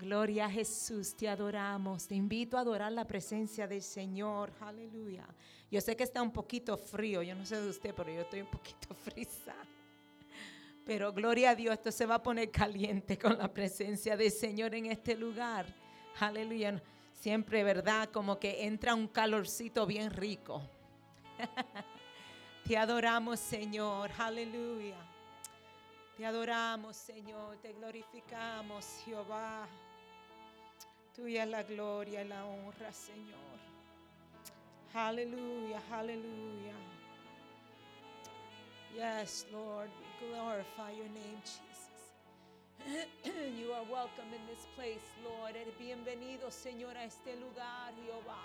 Gloria a Jesús, te adoramos. Te invito a adorar la presencia del Señor. Aleluya. Yo sé que está un poquito frío. Yo no sé de usted, pero yo estoy un poquito frisa. Pero gloria a Dios, esto se va a poner caliente con la presencia del Señor en este lugar. Aleluya. Siempre, ¿verdad? Como que entra un calorcito bien rico. Te adoramos, Señor. Aleluya. Te adoramos, Señor. Te glorificamos, Jehová. Tuya es la gloria y la honra, Señor. Aleluya, aleluya. Yes, Lord, we glorify your name, Jesus. You are welcome in this place, Lord. Bienvenido, Señor, a este lugar, Jehová.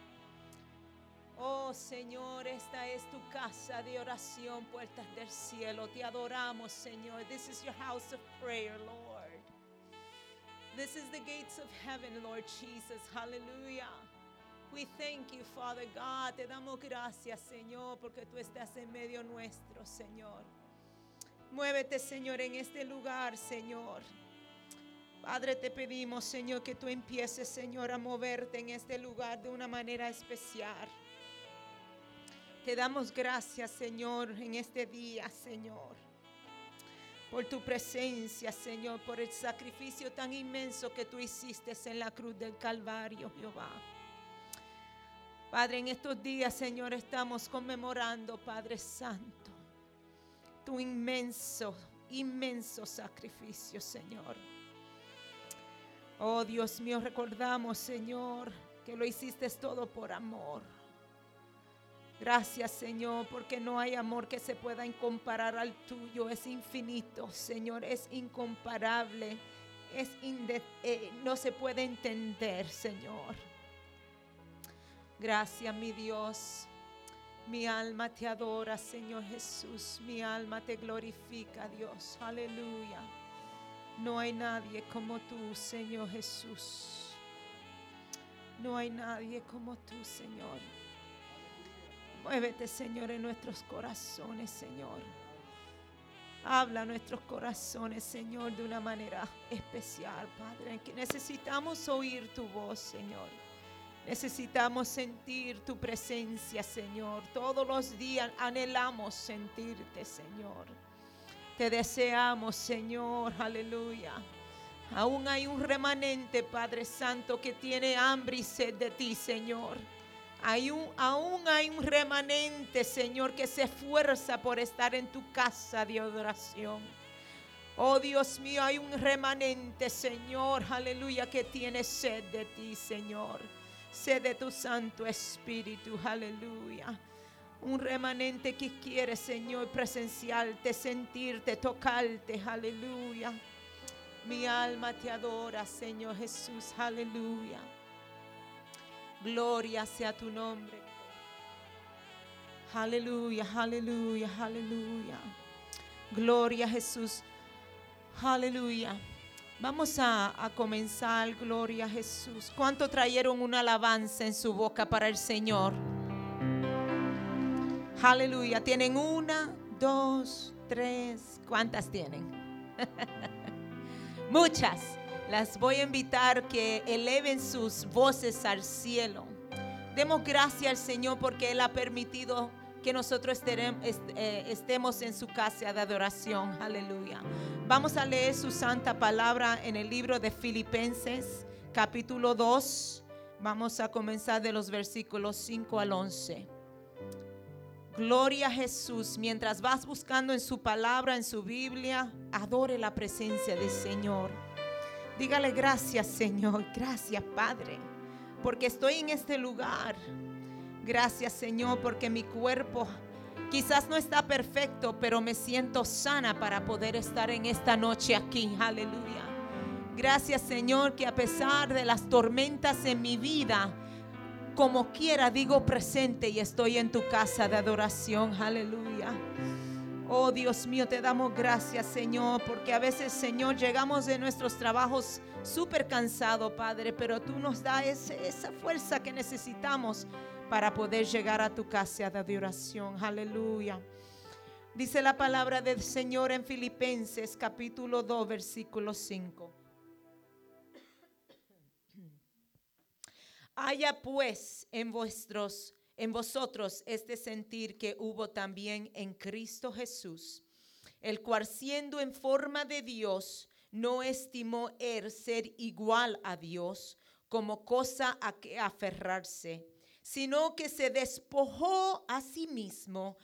Oh, Señor, esta es tu casa de oración, puertas del cielo. Te adoramos, Señor. This is your house of prayer, Lord. This is the gates of heaven, Lord Jesus. Hallelujah. We thank you, Father God. Te damos gracias, Señor, porque tú estás en medio nuestro, Señor. Muévete, Señor, en este lugar, Señor. Padre, te pedimos, Señor, que tú empieces, Señor, a moverte en este lugar de una manera especial. Te damos gracias, Señor, en este día, Señor, por tu presencia, Señor, por el sacrificio tan inmenso que tú hiciste en la cruz del Calvario, Jehová. Padre, en estos días, Señor, estamos conmemorando, Padre Santo, tu inmenso, inmenso sacrificio, Señor. Oh, Dios mío, recordamos, Señor, que lo hiciste todo por amor. Gracias, Señor, porque no hay amor que se pueda comparar al tuyo. Es infinito, Señor, es incomparable, no se puede entender, Señor. Gracias, mi Dios. Mi alma te adora, Señor Jesús. Mi alma te glorifica, Dios. Aleluya. No hay nadie como tú, Señor Jesús. No hay nadie como tú, Señor. Muévete, Señor, en nuestros corazones, Señor. Habla a nuestros corazones, Señor, de una manera especial, Padre. Que necesitamos oír tu voz, Señor. Necesitamos sentir tu presencia, Señor. Todos los días anhelamos sentirte, Señor. Te deseamos, Señor. Aleluya. Aún hay un remanente, Padre Santo, que tiene hambre y sed de ti, Señor. Aún hay un remanente, Señor, que se esfuerza por estar en tu casa de adoración. Oh, Dios mío, hay un remanente, Señor, aleluya, que tiene sed de ti, Señor. Sed de tu Santo Espíritu, aleluya. Un remanente que quiere, Señor, presenciarte, sentirte, tocarte, aleluya. Mi alma te adora, Señor Jesús, aleluya. Gloria sea tu nombre. Aleluya, aleluya, aleluya. Gloria a Jesús. Aleluya. Vamos a comenzar, gloria a Jesús. ¿Cuánto trajeron una alabanza en su boca para el Señor? Aleluya. ¿Tienen una, dos, tres? ¿Cuántas tienen? Muchas. Las voy a invitar que eleven sus voces al cielo. Demos gracias al Señor porque Él ha permitido que nosotros estemos en su casa de adoración. Aleluya. Vamos a leer su santa palabra en el libro de Filipenses, capítulo 2. Vamos a comenzar de los versículos 5 al 11. Gloria a Jesús. Mientras vas buscando en su palabra, en su Biblia, adore la presencia del Señor. Dígale gracias, Señor. Gracias, Padre, porque estoy en este lugar. Gracias, Señor, porque mi cuerpo quizás no está perfecto, pero me siento sana para poder estar en esta noche aquí. Aleluya. Gracias, Señor, que a pesar de las tormentas en mi vida, como quiera digo presente y estoy en tu casa de adoración. Aleluya. Oh, Dios mío, te damos gracias, Señor, porque a veces, Señor, llegamos de nuestros trabajos súper cansados, Padre, pero tú nos das esa fuerza que necesitamos para poder llegar a tu casa de adoración. Aleluya. Dice la palabra del Señor en Filipenses capítulo 2 versículo 5. Haya pues en vosotros este sentir que hubo también en Cristo Jesús, el cual siendo en forma de Dios, no estimó él ser igual a Dios como cosa a que aferrarse, sino que se despojó a sí mismo,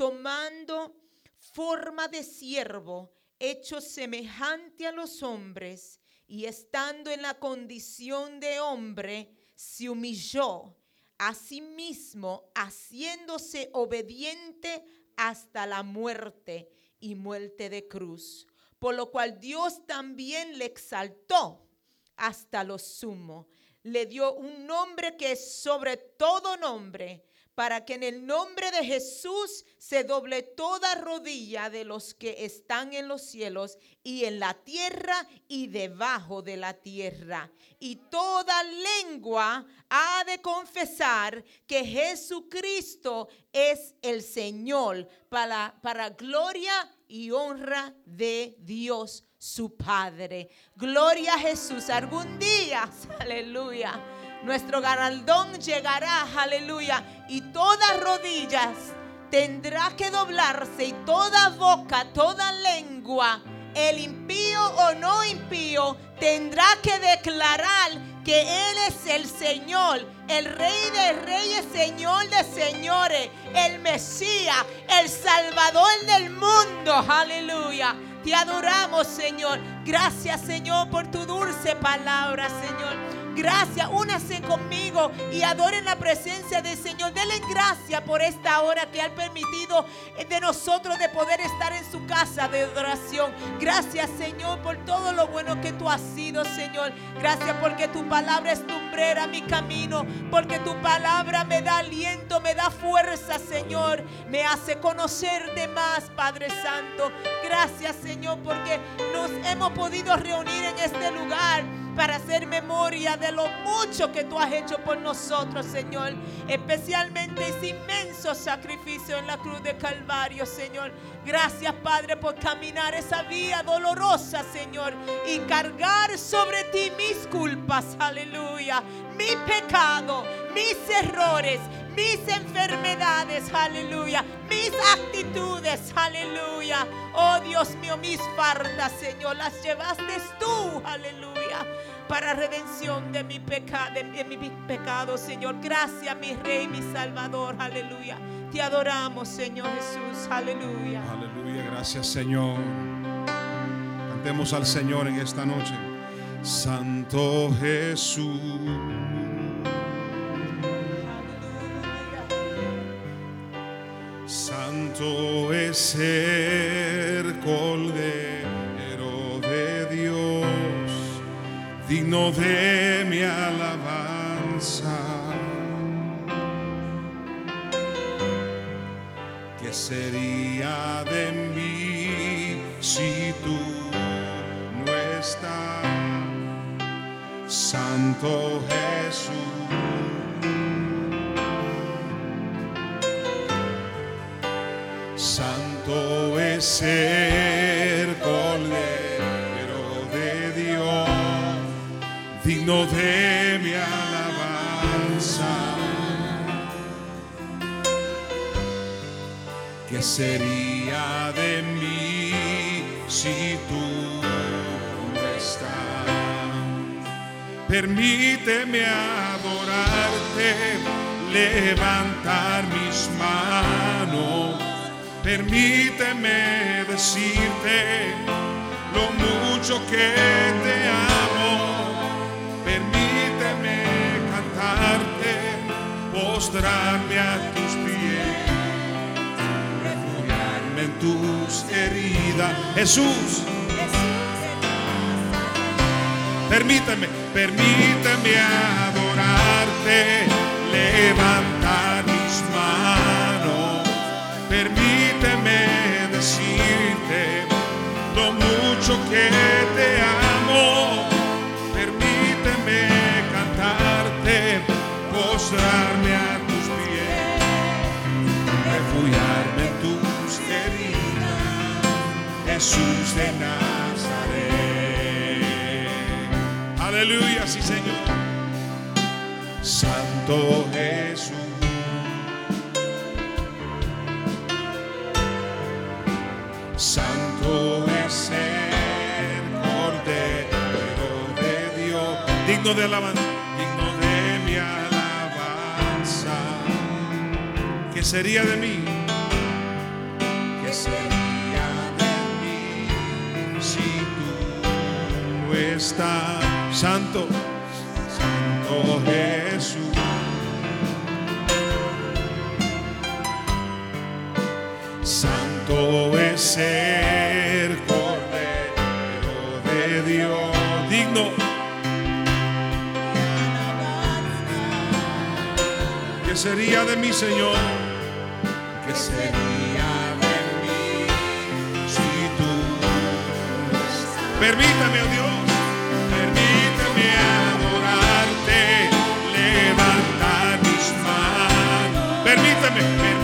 tomando forma de siervo, hecho semejante a los hombres, y estando en la condición de hombre, se humilló a sí mismo, haciéndose obediente hasta la muerte y muerte de cruz. Por lo cual Dios también le exaltó hasta lo sumo. Le dio un nombre que es sobre todo nombre, para que en el nombre de Jesús se doble toda rodilla de los que están en los cielos y en la tierra y debajo de la tierra. Y toda lengua ha de confesar que Jesucristo es el Señor, para gloria y honra de Dios su Padre. Gloria a Jesús. Algún día, aleluya, nuestro galardón llegará, aleluya, y todas rodillas tendrá que doblarse y toda boca, toda lengua, el impío o no impío, tendrá que declarar que Él es el Señor, el Rey de Reyes, Señor de Señores, el Mesías, el Salvador del mundo, aleluya. Te adoramos, Señor. Gracias, Señor, por tu dulce palabra, Señor. Gracias, únase conmigo y adoren la presencia del Señor. Denle gracias por esta hora que ha permitido de nosotros de poder estar en su casa de adoración. Gracias, Señor, por todo lo bueno que tú has sido, Señor. Gracias porque tu palabra es lumbrera mi camino, porque tu palabra me da aliento, me da fuerza, Señor. Me hace conocerte más, Padre Santo. Gracias, Señor, porque nos hemos podido reunir en este lugar para hacer memoria de lo mucho que tú has hecho por nosotros, Señor. Especialmente ese inmenso sacrificio en la cruz de Calvario, Señor. Gracias, Padre, por caminar esa vía dolorosa, Señor, y cargar sobre ti mis culpas, aleluya, mi pecado, mis errores, mis enfermedades, aleluya, mis actitudes, aleluya. Oh Dios mío, mis faltas, Señor, las llevaste tú, aleluya, para redención de mi pecado, Señor. Gracias, mi Rey, mi Salvador, aleluya. Te adoramos, Señor Jesús, aleluya. Aleluya, gracias, Señor. Cantemos al Señor en esta noche. Santo Jesús, santo es el Cordero de Dios, digno de mi alabanza. ¿Qué sería de mí si tú no estás? Santo Jesús, santo es el Cordero de Dios, digno de mi alabanza. ¿Qué sería de mí si tú no estás? Permíteme adorarte, levantar mis manos. Permíteme decirte lo mucho que te amo. Permíteme cantarte, postrarme a tus pies, refugiarme en tus heridas. Jesús, permíteme adorarte, levantar mis manos. Permíteme decirte lo mucho que te amo. Permíteme cantarte, postrarme a tus pies, refugiarme en tus heridas. Jesús de Nazaret. Aleluya, sí, Señor. Santo Jesús. Santo es el Cordero de Dios, digno de alabanza, digno de mi alabanza. ¿Qué sería de mí? ¿Qué sería de mí si tú no estás? Santo, Santo Jesús. Santo es el Cordero de Dios, digno. ¿Qué sería de mí, Señor? ¿Qué sería de mí si tú no estás? Permítame, oh Dios, permíteme adorarte, levantar mis manos. Permíteme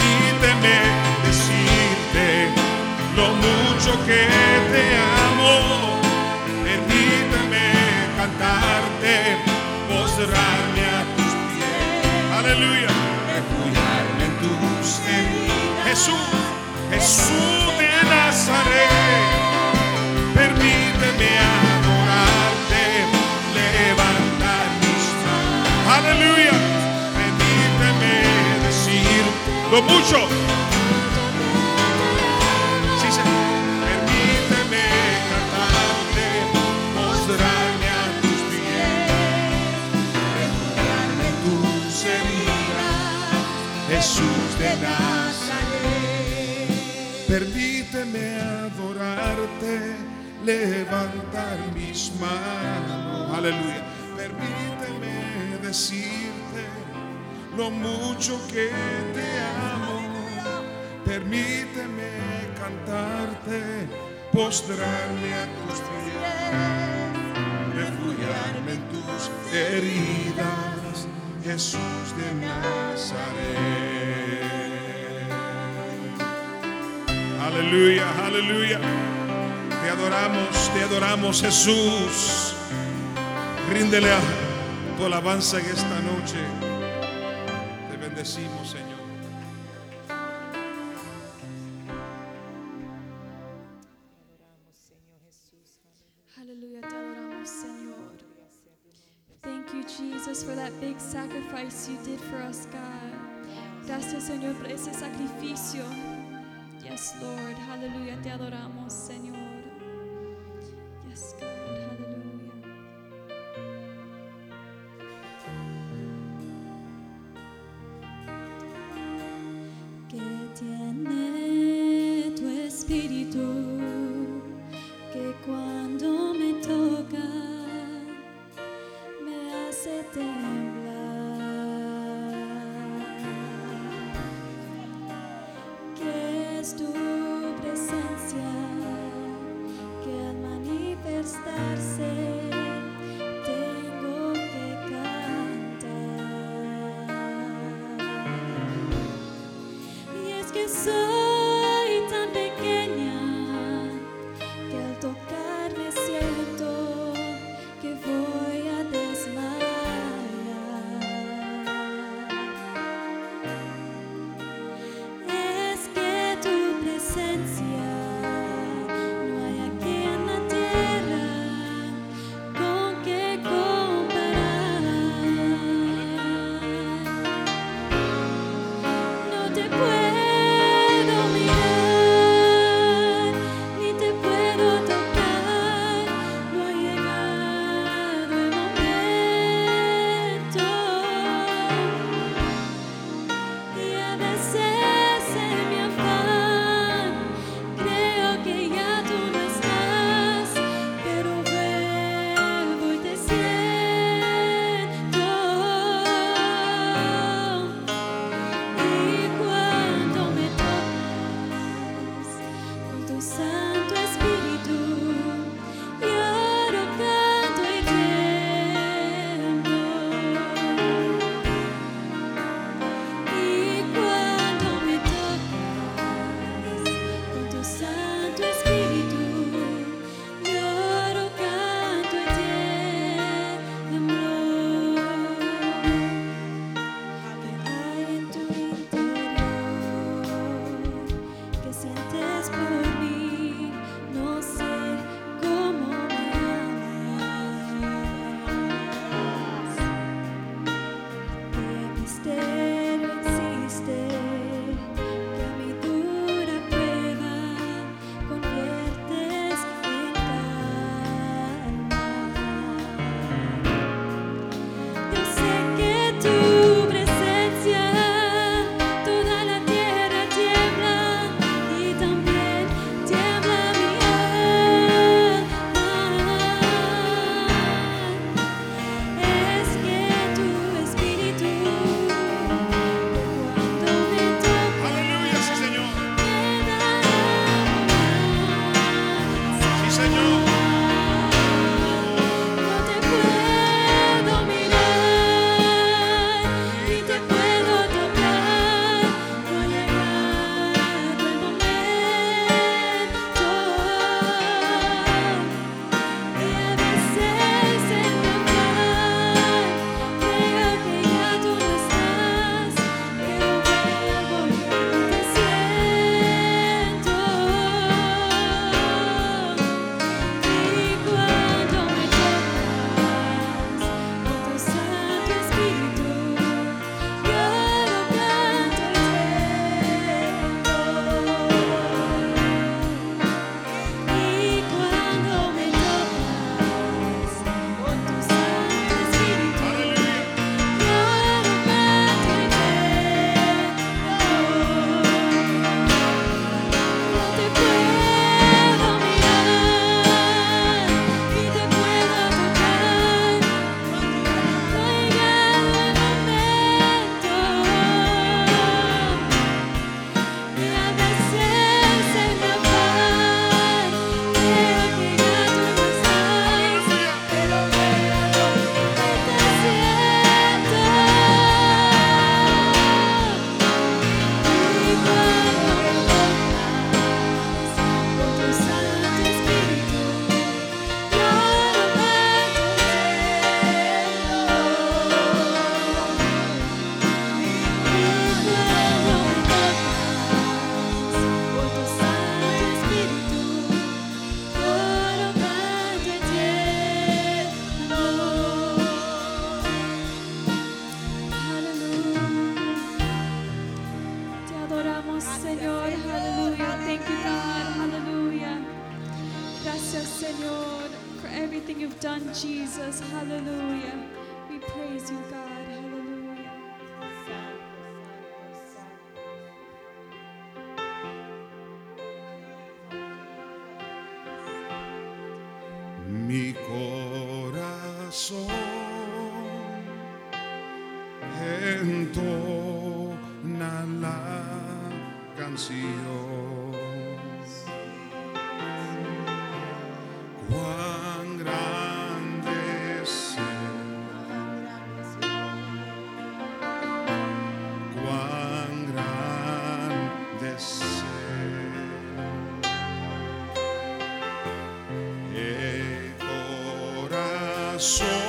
decirte lo mucho que te amo. Permíteme cantarte, postrarme a tus pies. Aleluya. Refugiarme en tus heridas. Jesús, Jesús de Nazaret. Permíteme adorarte, levantar mis manos. Aleluya. Permíteme decir lo mucho. Sí, Señor. Permíteme cantarte, mostrarme a tus pies, refugiarme en tus heridas, Jesús de Nazaret. Permíteme adorarte, levantar mis manos. Aleluya. Permíteme decirte lo mucho que te amo. Permíteme cantarte, postrarme a tus pies, refugiarme en tus heridas, Jesús de Nazaret. Aleluya, aleluya. Te adoramos, Jesús. Ríndele a tu alabanza en esta noche. Te bendecimos, Señor. Hallelujah, te adoramos, Señor. Thank you, Jesus, for that big sacrifice you did for us, God. Gracias, Señor, por ese sacrificio. Yes, Lord. Hallelujah, te adoramos, Señor. Yes, God. Hallelujah. Que tiene tu espíritu, que cuando me toca me hace temblar, que es tu presencia, que al manifestarse tengo que cantar. Y es que soy tan pequeña que al tocarme siento que voy a desmayar. Es que tu presencia entona la canción. Cuán grande es Él, cuán grande es Él. El corazón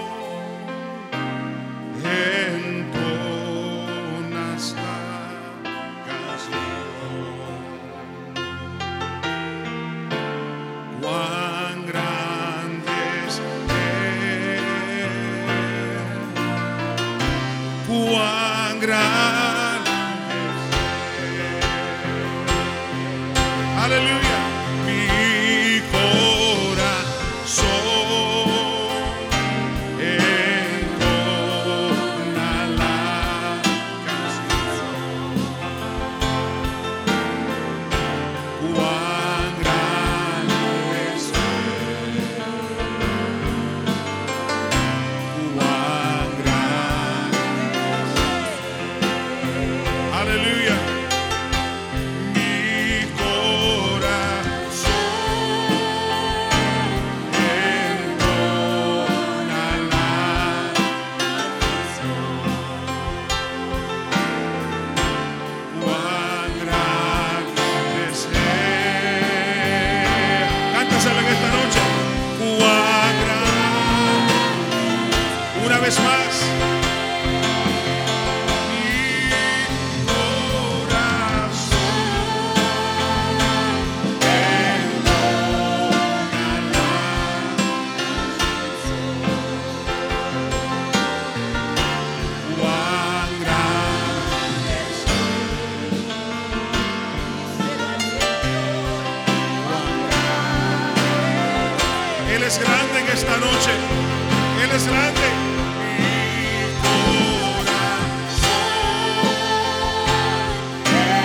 entona esta canción. Cuán grande es Él, cuán grande es Él. Aleluya. Mi corazón entona la canción. Cuán grande es Él, cuán grande es Él. Aleluya. Mi corazón entona la cuán grande es Él. Cántasela en esta noche. Cuán grande. Una vez más. Mi corazón entona la cuán grande es Él es grande en esta noche. Él es grande. Mi corazón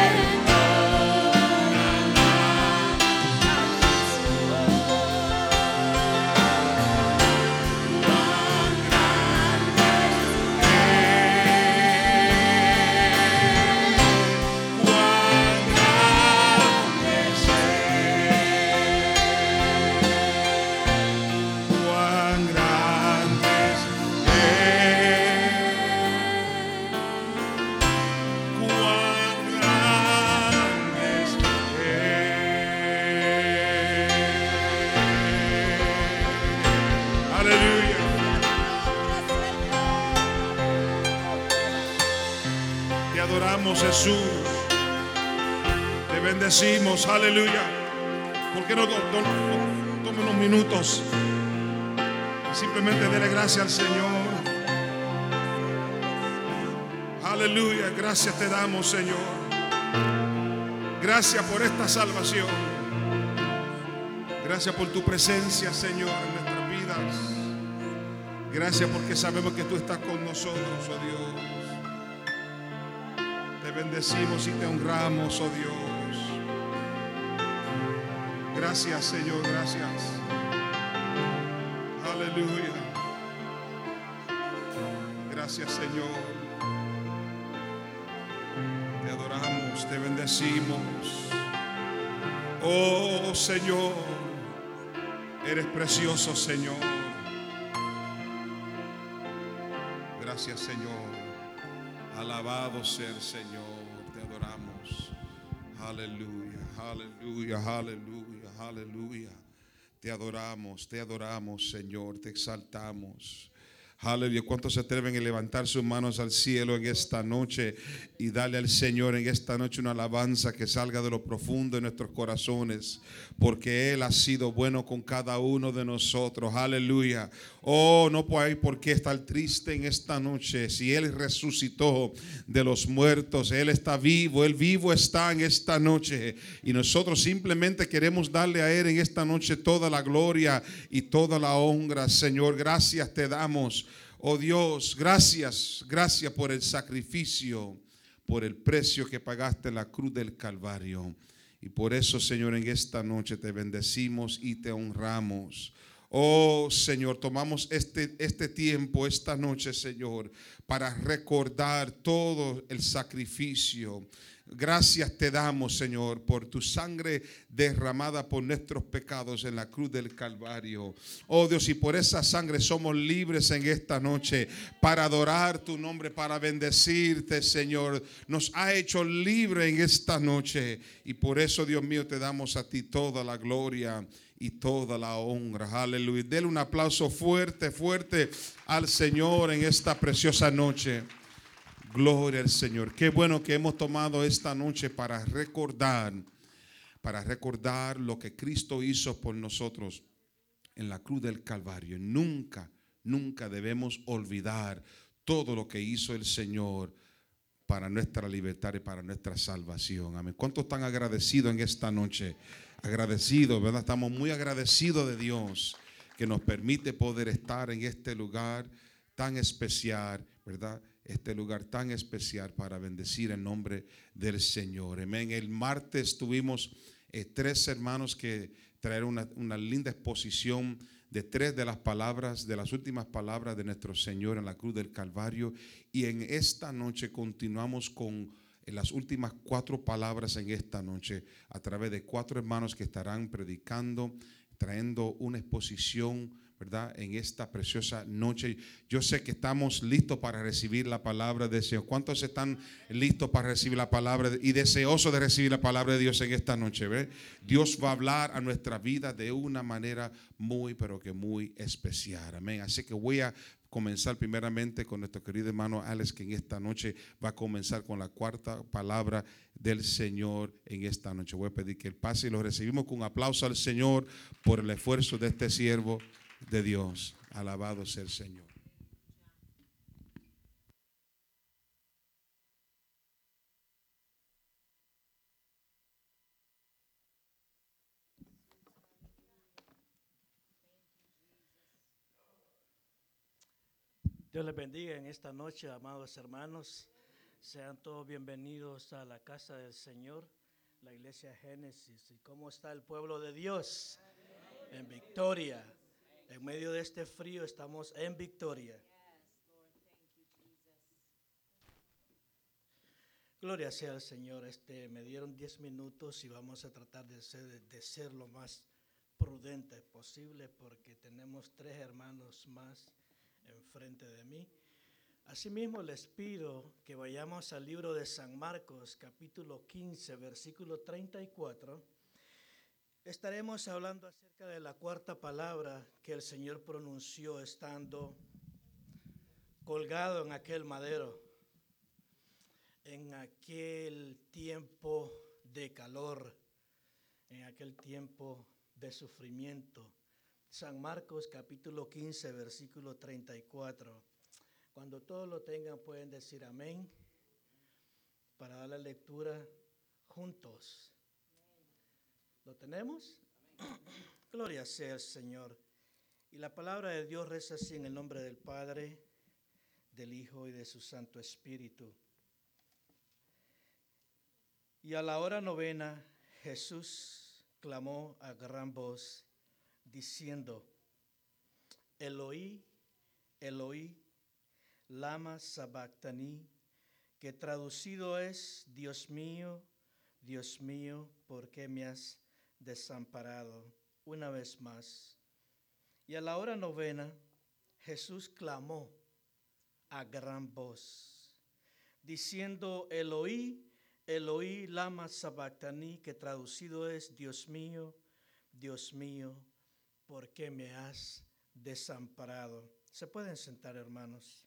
cuán grande es Él, cuán grande es Él, cuán grande es Él. Aleluya. Te adoramos, Jesús. Te bendecimos. Aleluya. ¿Por qué no tome unos minutos y simplemente dele gracias al Señor? Aleluya. Gracias te damos, Señor. Gracias por esta salvación. Gracias por tu presencia, Señor, en nuestras vidas. Gracias porque sabemos que tú estás con nosotros, oh Dios. Te bendecimos y te honramos, oh Dios. Gracias, Señor, gracias. Aleluya. Gracias, Señor. Te adoramos, te bendecimos. Oh, Señor, eres precioso, Señor. Gracias, Señor. Alabado sea el Señor. Te adoramos. Aleluya, aleluya, aleluya, aleluya. Te adoramos, Señor. Te exaltamos. Aleluya. ¿Cuántos se atreven a levantar sus manos al cielo en esta noche y darle al Señor en esta noche una alabanza que salga de lo profundo de nuestros corazones? Porque Él ha sido bueno con cada uno de nosotros. Aleluya. Oh, no hay por qué estar triste en esta noche. Si Él resucitó de los muertos, Él está vivo. Él vivo está en esta noche. Y nosotros simplemente queremos darle a Él en esta noche toda la gloria y toda la honra. Señor, gracias te damos. Oh Dios, gracias por el sacrificio, por el precio que pagaste en la cruz del Calvario. Y por eso, Señor, en esta noche te bendecimos y te honramos. Oh Señor, tomamos este tiempo, esta noche, Señor, para recordar todo el sacrificio. Gracias te damos, Señor, por tu sangre derramada por nuestros pecados en la cruz del Calvario. Oh Dios, y por esa sangre somos libres en esta noche para adorar tu nombre, para bendecirte, Señor. Nos ha hecho libre en esta noche y por eso, Dios mío, te damos a ti toda la gloria y toda la honra. Aleluya. Dele un aplauso fuerte, fuerte al Señor en esta preciosa noche. Gloria al Señor. Qué bueno que hemos tomado esta noche para recordar lo que Cristo hizo por nosotros en la cruz del Calvario. Nunca, nunca debemos olvidar todo lo que hizo el Señor para nuestra libertad y para nuestra salvación. Amén. ¿Cuántos están agradecidos en esta noche? Agradecidos, ¿verdad? Estamos muy agradecidos de Dios que nos permite poder estar en este lugar tan especial, ¿verdad? Este lugar tan especial para bendecir el nombre del Señor. Amén. El martes tuvimos 3 hermanos que trajeron una linda exposición de 3 de las palabras, de las últimas palabras de nuestro Señor en la cruz del Calvario. Y en esta noche continuamos con las últimas 4 palabras en esta noche a través de 4 hermanos que estarán predicando, trayendo una exposición, ¿verdad? En esta preciosa noche. Yo sé que estamos listos para recibir la palabra de Dios. ¿Cuántos están listos para recibir la palabra y deseosos de recibir la palabra de Dios en esta noche? ¿Ve? Dios va a hablar a nuestra vida de una manera muy, pero que muy especial. Amén. Así que voy a comenzar primeramente con nuestro querido hermano Alex, que en esta noche va a comenzar con la 4ª palabra del Señor en esta noche. Voy a pedir que él pase y lo recibimos con un aplauso al Señor por el esfuerzo de este siervo de Dios. Alabado sea el Señor. Dios les bendiga en esta noche, amados hermanos. Sean todos bienvenidos a la casa del Señor, la iglesia Génesis. ¿Y cómo está el pueblo de Dios? En victoria. En medio de este frío estamos en victoria. Gloria sea al Señor. Me dieron 10 minutos y vamos a tratar de ser lo más prudente posible porque tenemos 3 hermanos más enfrente de mí. Asimismo les pido que vayamos al libro de San Marcos, capítulo 15, versículo 34. Estaremos hablando acerca de la 4ª palabra que el Señor pronunció estando colgado en aquel madero, en aquel tiempo de calor, en aquel tiempo de sufrimiento. San Marcos capítulo 15, versículo 34. Cuando todos lo tengan pueden decir amén para dar la lectura juntos. ¿Lo tenemos? Gloria sea al Señor. Y la palabra de Dios reza así en el nombre del Padre, del Hijo y de su Santo Espíritu. Y a la hora 9 Jesús clamó a gran voz diciendo: Eloí, Eloí, lama sabactani, que traducido es: Dios mío, ¿por qué me has desamparado? Una vez más. Y a la hora 9 Jesús clamó a gran voz diciendo: Eloí, Eloí, lama sabactani, que traducido es: Dios mío, ¿por qué me has desamparado? ¿Se pueden sentar, hermanos?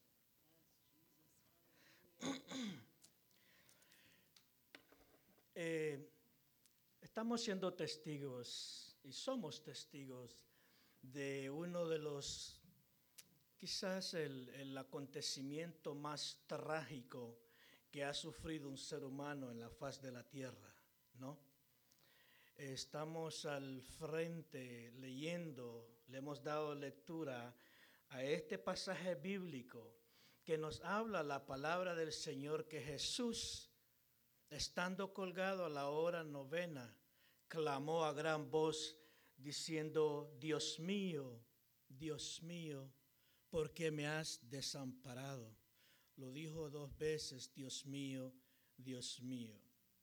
Estamos siendo testigos y somos testigos de uno de los, quizás el acontecimiento más trágico que ha sufrido un ser humano en la faz de la tierra, ¿no? Estamos al frente leyendo, le hemos dado lectura a este pasaje bíblico que nos habla la palabra del Señor, que Jesús, estando colgado a la hora 9, clamó a gran voz diciendo: Dios mío, mío, ¿por qué me has desamparado? Lo dijo 2 veces, Dios mío, Dios mío.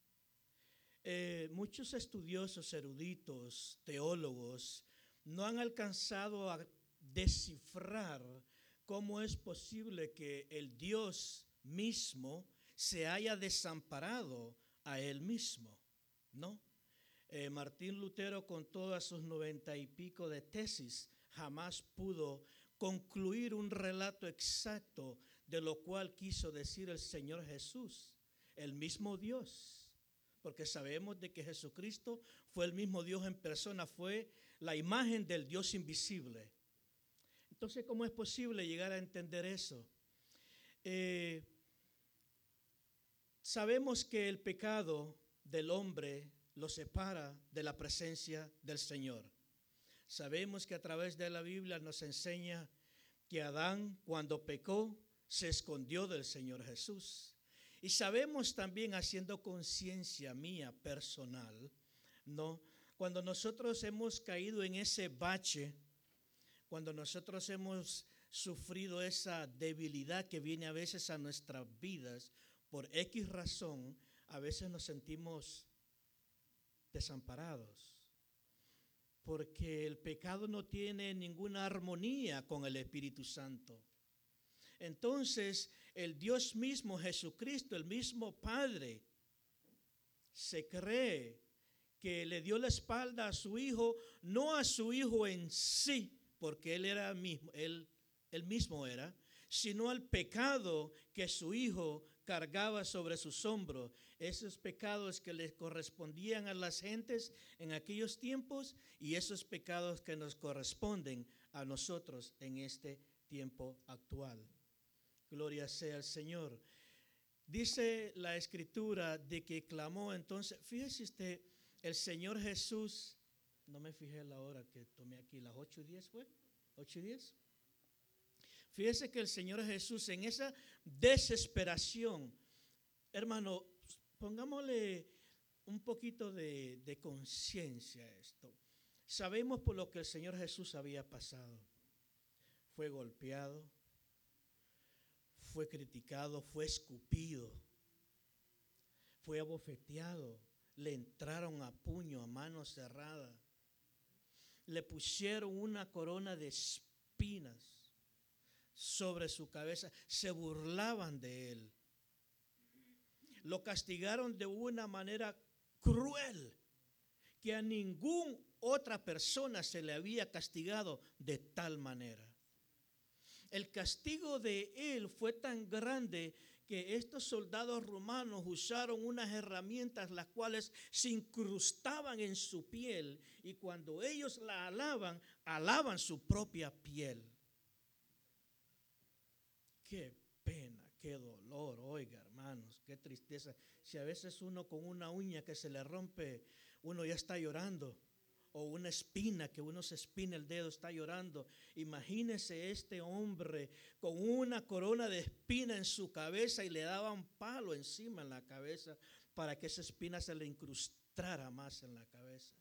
Muchos estudiosos, eruditos, teólogos, no han alcanzado a descifrar cómo es posible que el Dios mismo se haya desamparado a él mismo, ¿no? Martín Lutero, con todas sus 90 y pico de tesis, jamás pudo concluir un relato exacto de lo cual quiso decir el Señor Jesús, el mismo Dios, porque sabemos de que Jesucristo fue el mismo Dios en persona, fue la imagen del Dios invisible. Entonces, ¿cómo es posible llegar a entender eso? Sabemos que el pecado del hombre lo separa de la presencia del Señor. Sabemos que a través de la Biblia nos enseña que Adán, cuando pecó, se escondió del Señor Jesús. Y sabemos también, haciendo conciencia mía personal, ¿no? Cuando nosotros hemos caído en ese bache, cuando nosotros hemos sufrido esa debilidad que viene a veces a nuestras vidas, por X razón, a veces nos sentimos desamparados, porque el pecado no tiene ninguna armonía con el Espíritu Santo. Entonces, el Dios mismo, Jesucristo, el mismo Padre, se cree que le dio la espalda a su Hijo, no a su Hijo en sí, porque él mismo era, sino al pecado que su Hijo cargaba sobre sus hombros, esos pecados que les correspondían a las gentes en aquellos tiempos y esos pecados que nos corresponden a nosotros en este tiempo actual. Gloria sea al Señor. Dice la Escritura de que clamó entonces, fíjese usted, el Señor Jesús, no me fijé la hora que tomé aquí, las 8:10 fue, 8:10. Fíjese que el Señor Jesús en esa desesperación, hermano, pongámosle un poquito de conciencia a esto. Sabemos por lo que el Señor Jesús había pasado. Fue golpeado, fue criticado, fue escupido, fue abofeteado, le entraron a puño, a mano cerrada, le pusieron una corona de espinas sobre su cabeza, se burlaban de él, lo castigaron de una manera cruel que a ninguna otra persona se le había castigado de tal manera. El castigo de él fue tan grande que estos soldados romanos usaron unas herramientas las cuales se incrustaban en su piel y cuando ellos la alaban su propia piel. Qué pena, qué dolor, oiga hermanos, qué tristeza. Si a veces uno con una uña que se le rompe, uno ya está llorando. O una espina, que uno se espina el dedo, está llorando. Imagínese este hombre con una corona de espina en su cabeza y le daban palo encima en la cabeza para que esa espina se le incrustara más en la cabeza.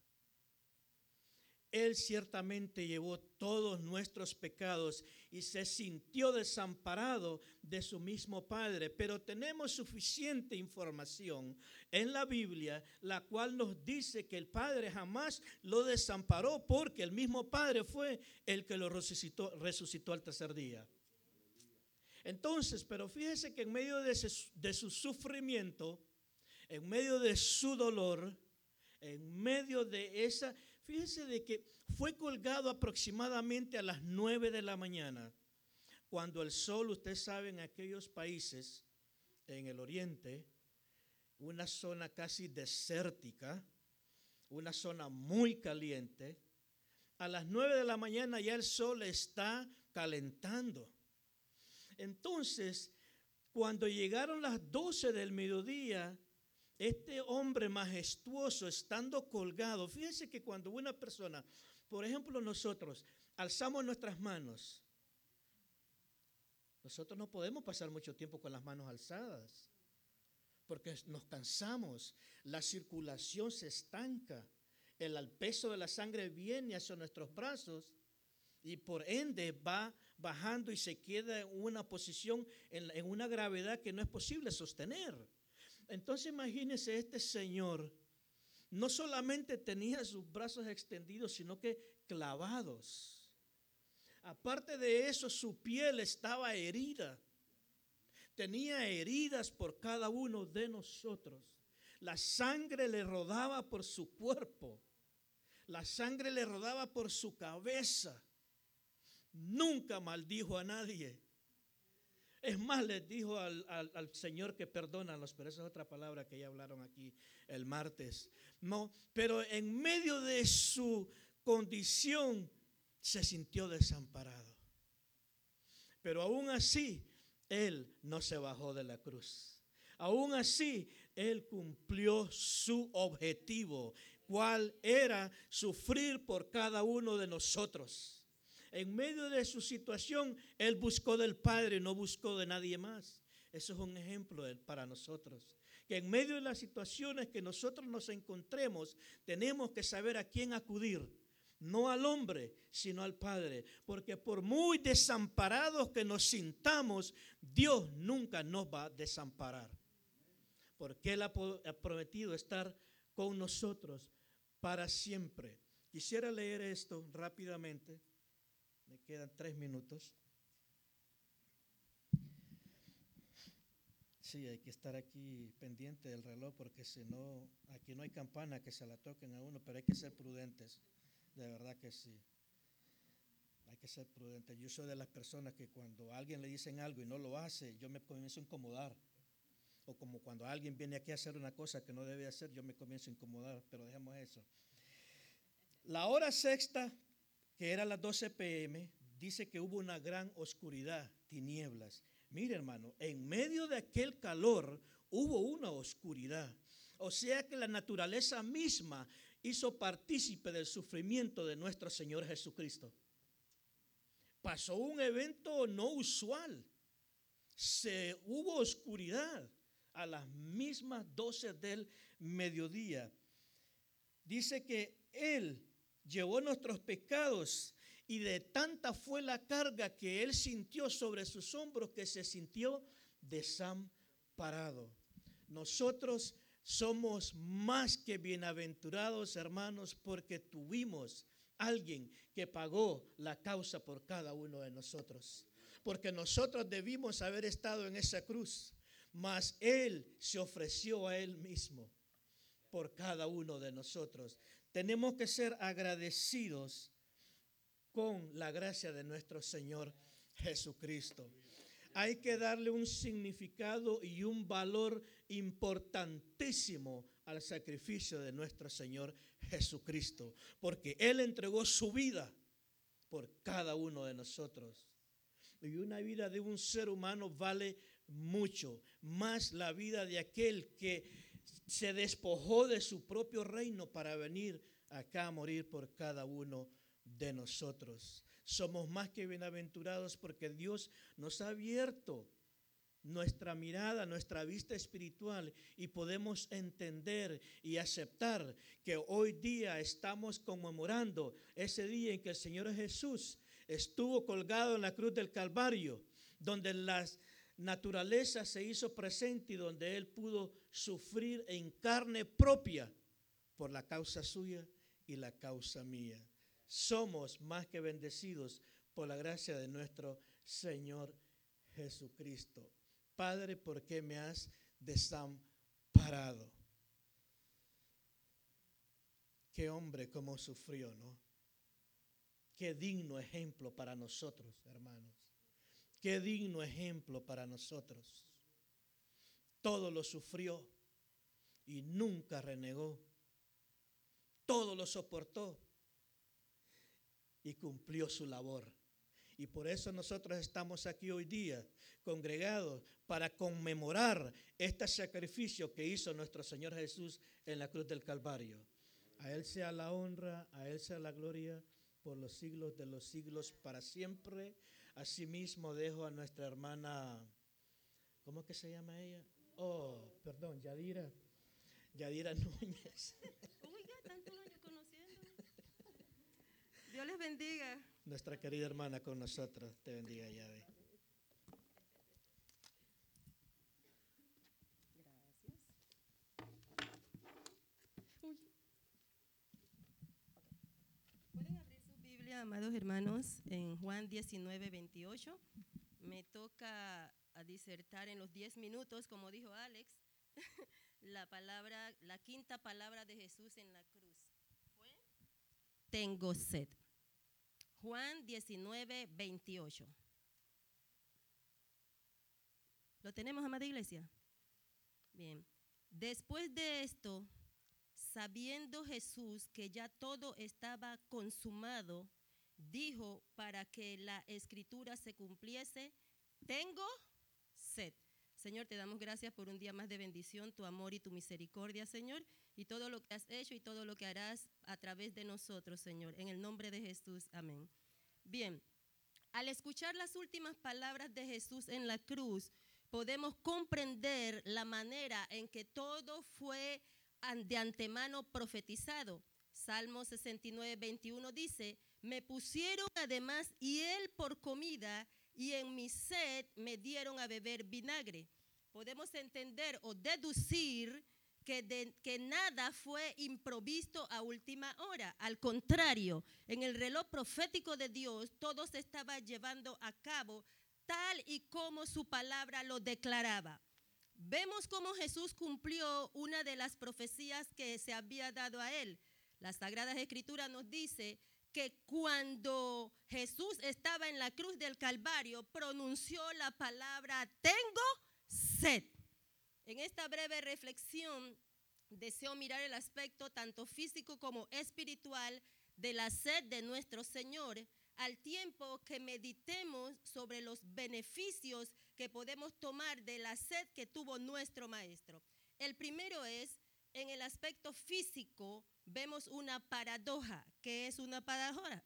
Él ciertamente llevó todos nuestros pecados y se sintió desamparado de su mismo Padre. Pero tenemos suficiente información en la Biblia, la cual nos dice que el Padre jamás lo desamparó porque el mismo Padre fue el que lo resucitó al tercer día. Entonces, pero fíjese que en medio de su sufrimiento, en medio de su dolor, en medio de esa... Fíjese de que fue colgado aproximadamente a las 9 de la mañana, cuando el sol, usted sabe, en aquellos países, en el oriente, una zona casi desértica, una zona muy caliente, a las 9 de la mañana ya el sol está calentando. Entonces, cuando llegaron las 12 del mediodía, este hombre majestuoso estando colgado, fíjense que cuando una persona, por ejemplo nosotros, alzamos nuestras manos, nosotros no podemos pasar mucho tiempo con las manos alzadas, porque nos cansamos, la circulación se estanca, el peso de la sangre viene hacia nuestros brazos y por ende va bajando y se queda en una posición, en una gravedad que no es posible sostener. Entonces imagínense, este señor no solamente tenía sus brazos extendidos, sino que clavados. Aparte de eso, su piel estaba herida. Tenía heridas por cada uno de nosotros. La sangre le rodaba por su cuerpo. La sangre le rodaba por su cabeza. Nunca maldijo a nadie. Es más, les dijo al Señor que perdónalos, pero esa es otra palabra que ya hablaron aquí el martes. No, pero en medio de su condición se sintió desamparado. Pero aún así, Él no se bajó de la cruz. Aún así, Él cumplió su objetivo, cuál era sufrir por cada uno de nosotros. En medio de su situación, Él buscó del Padre, no buscó de nadie más. Eso es un ejemplo para nosotros. Que en medio de las situaciones que nosotros nos encontremos, tenemos que saber a quién acudir. No al hombre, sino al Padre. Porque por muy desamparados que nos sintamos, Dios nunca nos va a desamparar. Porque Él ha prometido estar con nosotros para siempre. Quisiera leer esto rápidamente. Me quedan 3 minutos. Sí, hay que estar aquí pendiente del reloj porque si no, aquí no hay campana que se la toquen a uno, pero hay que ser prudentes. De verdad que sí. Hay que ser prudentes. Yo soy de las personas que cuando a alguien le dicen algo y no lo hace, yo me comienzo a incomodar. O como cuando alguien viene aquí a hacer una cosa que no debe hacer, yo me comienzo a incomodar, pero dejemos eso. La hora sexta, que era las 12 p.m., dice que hubo una gran oscuridad, tinieblas. Mire, hermano, en medio de aquel calor hubo una oscuridad. O sea que la naturaleza misma hizo partícipe del sufrimiento de nuestro Señor Jesucristo. Pasó un evento no usual. Hubo oscuridad a las mismas 12 del mediodía. Dice que Él llevó nuestros pecados y de tanta fue la carga que Él sintió sobre sus hombros que se sintió desamparado. Nosotros somos más que bienaventurados, hermanos, porque tuvimos alguien que pagó la causa por cada uno de nosotros. Porque nosotros debimos haber estado en esa cruz, mas Él se ofreció a Él mismo por cada uno de nosotros. Tenemos que ser agradecidos con la gracia de nuestro Señor Jesucristo. Hay que darle un significado y un valor importantísimo al sacrificio de nuestro Señor Jesucristo, porque Él entregó su vida por cada uno de nosotros. Y una vida de un ser humano vale mucho, más la vida de aquel que se despojó de su propio reino para venir acá a morir por cada uno de nosotros. Somos más que bienaventurados porque Dios nos ha abierto nuestra mirada, nuestra vista espiritual y podemos entender y aceptar que hoy día estamos conmemorando ese día en que el Señor Jesús estuvo colgado en la cruz del Calvario, donde la naturaleza se hizo presente y donde Él pudo sufrir en carne propia por la causa suya y la causa mía. Somos más que bendecidos por la gracia de nuestro Señor Jesucristo. Padre, ¿por qué me has desamparado? Qué hombre cómo sufrió, ¿no? Qué digno ejemplo para nosotros, hermanos. Qué digno ejemplo para nosotros. Todo lo sufrió y nunca renegó. Todo lo soportó y cumplió su labor. Y por eso nosotros estamos aquí hoy día, congregados, para conmemorar este sacrificio que hizo nuestro Señor Jesús en la cruz del Calvario. A Él sea la honra, a Él sea la gloria, por los siglos de los siglos, para siempre. Asimismo dejo a nuestra hermana, ¿cómo que se llama ella? Yadira Núñez. Oiga, tantos años conociendo. Dios les bendiga. nuestra querida hermana con nosotros. Te bendiga, Yahweh. Pueden abrir su Biblia, amados hermanos, en Juan 19, 28. Me toca a disertar en los 10 minutos, como dijo Alex, la quinta palabra de Jesús en la cruz fue: tengo sed. Juan 19, 28. ¿Lo tenemos, amada iglesia? Bien. Después de esto, sabiendo Jesús que ya todo estaba consumado, dijo para que la escritura se cumpliese: tengo sed. Señor, te damos gracias por un día más de bendición, tu amor y tu misericordia, Señor, y todo lo que has hecho y todo lo que harás a través de nosotros, Señor. En el nombre de Jesús, amén. Bien, al escuchar las últimas palabras de Jesús en la cruz, podemos comprender la manera en que todo fue de antemano profetizado. Salmo 69, 21 dice: me pusieron además hiel por comida, y en mi sed me dieron a beber vinagre. Podemos entender o deducir que nada fue improvisto a última hora. Al contrario, en el reloj profético de Dios, todo se estaba llevando a cabo tal y como su palabra lo declaraba. Vemos cómo Jesús cumplió una de las profecías que se había dado a él. Las Sagradas Escrituras nos dice que cuando Jesús estaba en la cruz del Calvario, pronunció la palabra: tengo sed. En esta breve reflexión, deseo mirar el aspecto tanto físico como espiritual de la sed de nuestro Señor, al tiempo que meditemos sobre los beneficios que podemos tomar de la sed que tuvo nuestro Maestro. El primero es, en el aspecto físico, vemos una paradoja. ¿Qué es una paradoja?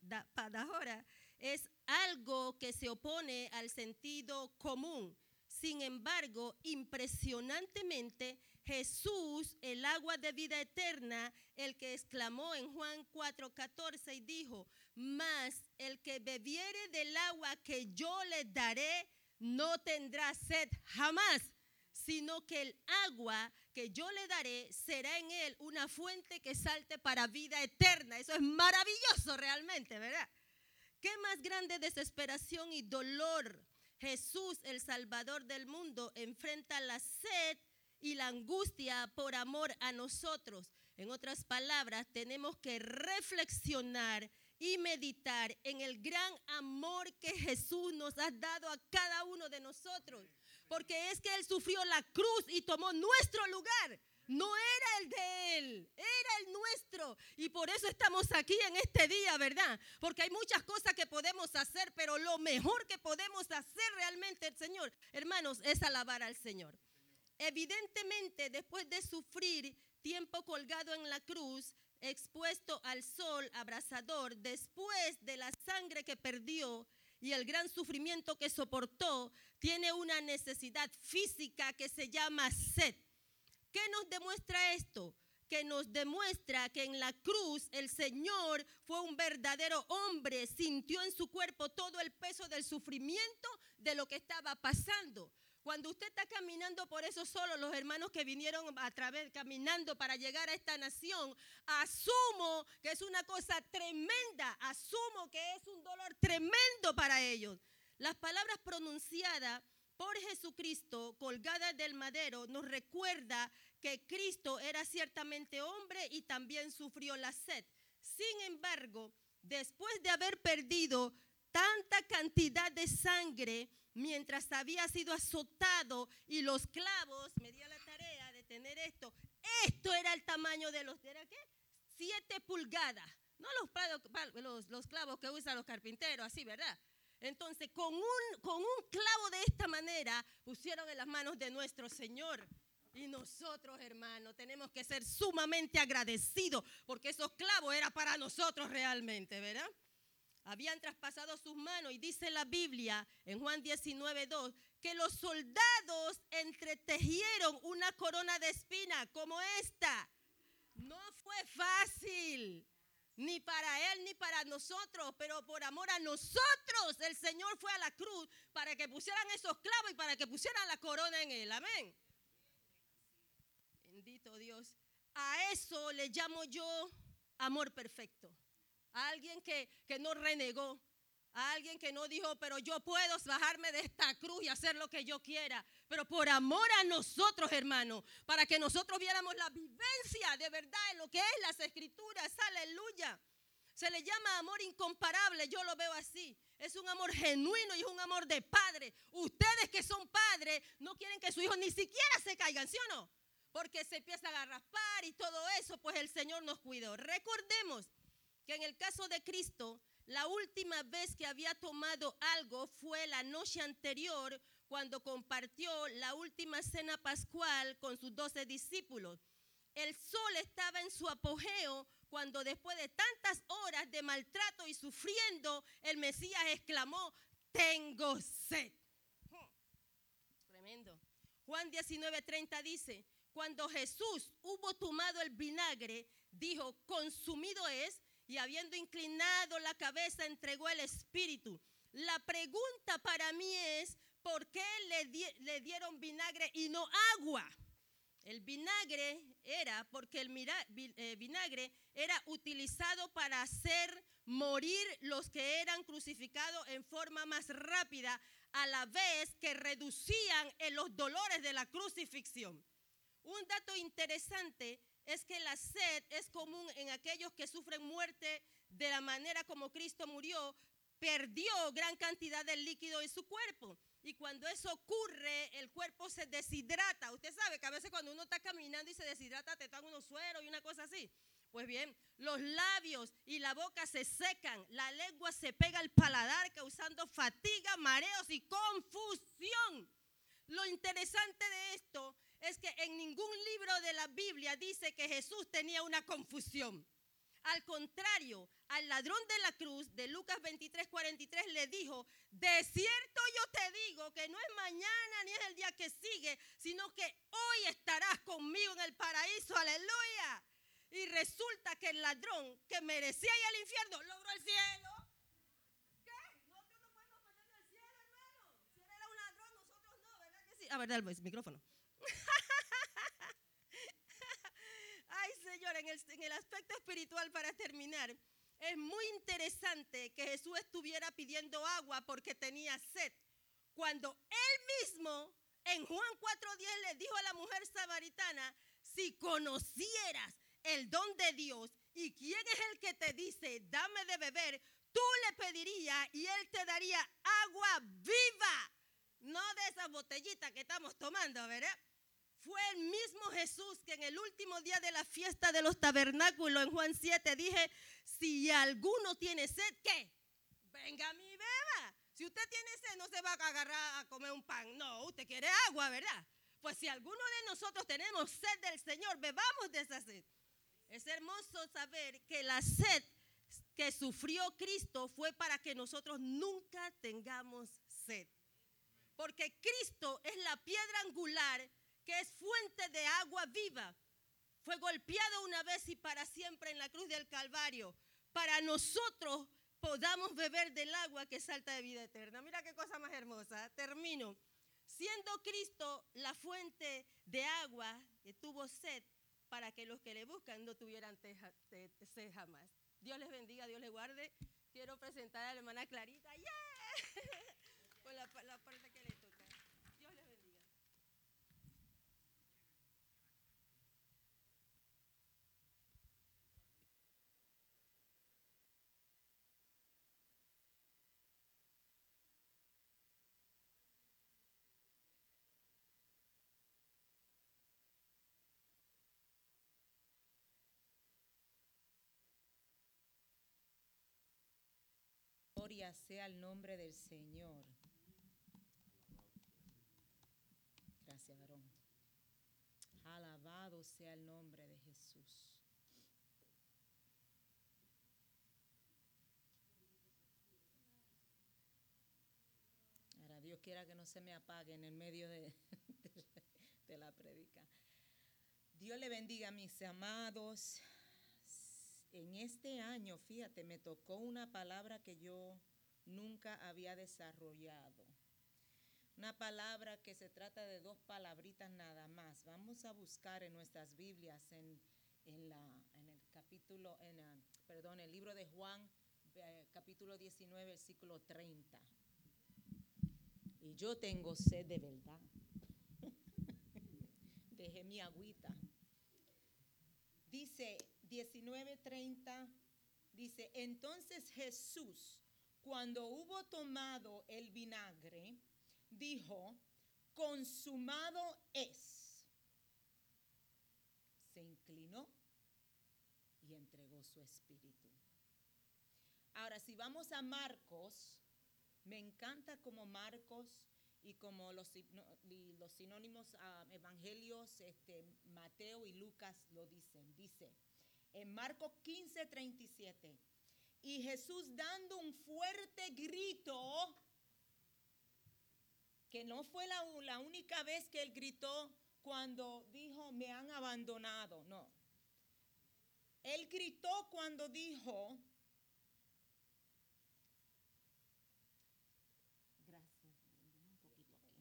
Es algo que se opone al sentido común. Sin embargo, impresionantemente, Jesús, el agua de vida eterna, el que exclamó en Juan 4:14 y dijo: mas el que bebiere del agua que yo le daré no tendrá sed jamás, sino que el agua que yo le daré será en él una fuente que salte para vida eterna. Eso es maravilloso realmente, ¿verdad? ¿Qué más grande desesperación y dolor? Jesús, el Salvador del mundo, enfrenta la sed y la angustia por amor a nosotros. En otras palabras, tenemos que reflexionar y meditar en el gran amor que Jesús nos ha dado a cada uno de nosotros. Porque es que Él sufrió la cruz y tomó nuestro lugar. No era el de Él, era el nuestro. Y por eso estamos aquí en este día, ¿verdad? Porque hay muchas cosas que podemos hacer, pero lo mejor que podemos hacer realmente, el Señor, hermanos, es alabar al Señor. Evidentemente, después de sufrir tiempo colgado en la cruz, expuesto al sol abrasador, después de la sangre que perdió y el gran sufrimiento que soportó, tiene una necesidad física que se llama sed. ¿Qué nos demuestra esto? Que nos demuestra que en la cruz el Señor fue un verdadero hombre, sintió en su cuerpo todo el peso del sufrimiento de lo que estaba pasando. Cuando usted está caminando por eso solo, los hermanos que vinieron caminando para llegar a esta nación, asumo que es una cosa tremenda, asumo que es un dolor tremendo para ellos. Las palabras pronunciadas por Jesucristo, colgadas del madero, nos recuerda que Cristo era ciertamente hombre y también sufrió la sed. Sin embargo, después de haber perdido tanta cantidad de sangre, mientras había sido azotado y los clavos, me dio la tarea de tener esto era el tamaño de los, ¿era qué? 7 pulgadas, no los clavos que usan los carpinteros, así, ¿verdad? Entonces, con un clavo de esta manera, pusieron en las manos de nuestro Señor. Y nosotros, hermanos, tenemos que ser sumamente agradecidos, porque esos clavos eran para nosotros realmente, ¿verdad? Habían traspasado sus manos y dice la Biblia en Juan 19:2 que los soldados entretejieron una corona de espina como esta. No fue fácil. ni para Él ni para nosotros, pero por amor a nosotros el Señor fue a la cruz para que pusieran esos clavos y para que pusieran la corona en Él. Amén. Bendito Dios. A eso le llamo yo amor perfecto. A alguien que no renegó. A alguien que no dijo, pero yo puedo bajarme de esta cruz y hacer lo que yo quiera. Pero por amor a nosotros, hermano, para que nosotros viéramos la vivencia de verdad en lo que es las Escrituras. Aleluya. Se le llama amor incomparable, yo lo veo así. Es un amor genuino y es un amor de padre. Ustedes que son padres no quieren que su hijo ni siquiera se caigan, ¿sí o no? Porque se empiezan a raspar y todo eso, pues el Señor nos cuidó. Recordemos que en el caso de Cristo, la última vez que había tomado algo fue la noche anterior, cuando compartió la última cena pascual con sus 12 discípulos. El sol estaba en su apogeo cuando, después de tantas horas de maltrato y sufriendo, el Mesías exclamó: tengo sed. Tremendo. Juan 19:30 dice: cuando Jesús hubo tomado el vinagre, dijo: consumido es, y habiendo inclinado la cabeza, entregó el espíritu. La pregunta para mí es: ¿por qué le dieron vinagre y no agua? El vinagre era porque el vinagre era utilizado para hacer morir los que eran crucificados en forma más rápida, a la vez que reducían en los dolores de la crucifixión. Un dato interesante es que la sed es común en aquellos que sufren muerte de la manera como Cristo murió. Perdió gran cantidad de líquido en su cuerpo. Y cuando eso ocurre, el cuerpo se deshidrata. Usted sabe que a veces cuando uno está caminando y se deshidrata, te dan unos sueros y una cosa así. Pues bien, los labios y la boca se secan, la lengua se pega al paladar, causando fatiga, mareos y confusión. Lo interesante de esto es que en ningún libro de la Biblia dice que Jesús tenía una confusión. Al contrario, al ladrón de la cruz de Lucas 23:43 le dijo: de cierto yo te digo que no es mañana ni es el día que sigue, sino que hoy estarás conmigo en el paraíso. Aleluya. Y resulta que el ladrón que merecía ir al infierno logró el cielo. ¿Qué? Nosotros no podemos pasar al cielo, hermano. Si él era un ladrón, nosotros no, ¿verdad que sí? A ver, dale el micrófono. Ay, Señor, en el aspecto espiritual, para terminar, es muy interesante que Jesús estuviera pidiendo agua porque tenía sed, cuando Él mismo en Juan 4:10 le dijo a la mujer samaritana: si conocieras el don de Dios y quién es el que te dice dame de beber, tú le pedirías y Él te daría agua viva, no de esas botellitas que estamos tomando, ¿verdad? Fue el mismo Jesús que en el último día de la fiesta de los tabernáculos, en Juan 7, dije: si alguno tiene sed, ¿qué? Venga a mí, beba. Si usted tiene sed, no se va a agarrar a comer un pan. No, usted quiere agua, ¿verdad? Pues si alguno de nosotros tenemos sed del Señor, bebamos de esa sed. Es hermoso saber que la sed que sufrió Cristo fue para que nosotros nunca tengamos sed. Porque Cristo es la piedra angular que es fuente de agua viva. Fue golpeado una vez y para siempre en la cruz del Calvario, para nosotros podamos beber del agua que salta de vida eterna. Mira qué cosa más hermosa. Termino. Siendo Cristo la fuente de agua, que tuvo sed para que los que le buscan no tuvieran sed jamás. Dios les bendiga, Dios les guarde. Quiero presentar a la hermana Clarita. ¡Yeah! Con la parte que le toca. Dios les bendiga. Gloria sea el nombre del Señor. Gracias, varón. Alabado sea el nombre de Jesús. Ahora Dios quiera que no se me apague en el medio de la prédica. Dios le bendiga, mis amados. en este año, fíjate, me tocó una palabra que yo nunca había desarrollado. Una palabra que se trata de 2 palabritas nada más. Vamos a buscar en nuestras Biblias en el libro de Juan, capítulo 19, versículo 30. Y yo tengo sed de verdad. Dejé mi agüita. Dice 19:30, dice, entonces Jesús, cuando hubo tomado el vinagre, dijo, consumado es. Se inclinó y entregó su espíritu. Ahora, si vamos a Marcos, me encanta como Marcos y como los sinónimos evangelios, Mateo y Lucas lo dicen. Dice en Marcos 15:37, y Jesús dando un fuerte grito, que no fue la única vez que él gritó cuando dijo, me han abandonado, no. Él gritó cuando dijo, gracias, un poquito aquí.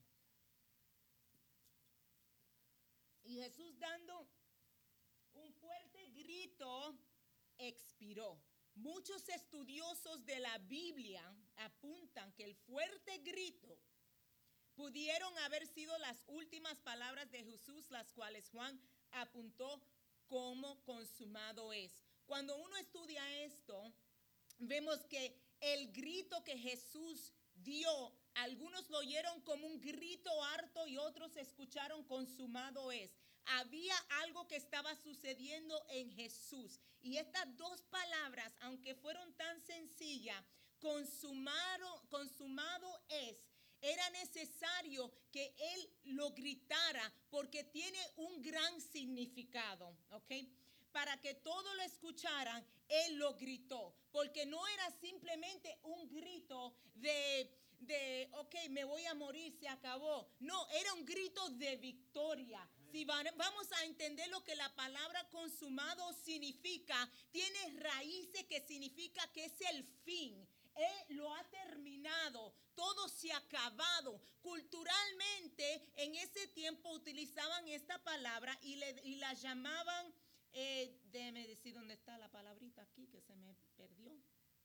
Y Jesús dando un fuerte grito, expiró. Muchos estudiosos de la Biblia apuntan que el fuerte grito pudieron haber sido las últimas palabras de Jesús, las cuales Juan apuntó como consumado es. Cuando uno estudia esto, vemos que el grito que Jesús dio, algunos lo oyeron como un grito harto y otros escucharon consumado es. Había algo que estaba sucediendo en Jesús. Y estas 2 palabras, aunque fueron tan sencillas, consumado es, era necesario que él lo gritara porque tiene un gran significado, ¿ok? Para que todos lo escucharan, él lo gritó, porque no era simplemente un grito de ok, me voy a morir, se acabó. No, era un grito de victoria. Si vamos a entender lo que la palabra consumado significa, tiene raíces que significa que es el fin. Él lo ha terminado, todo se ha acabado. Culturalmente, en ese tiempo utilizaban esta palabra y la llamaban, déjeme decir dónde está la palabrita aquí que se me perdió.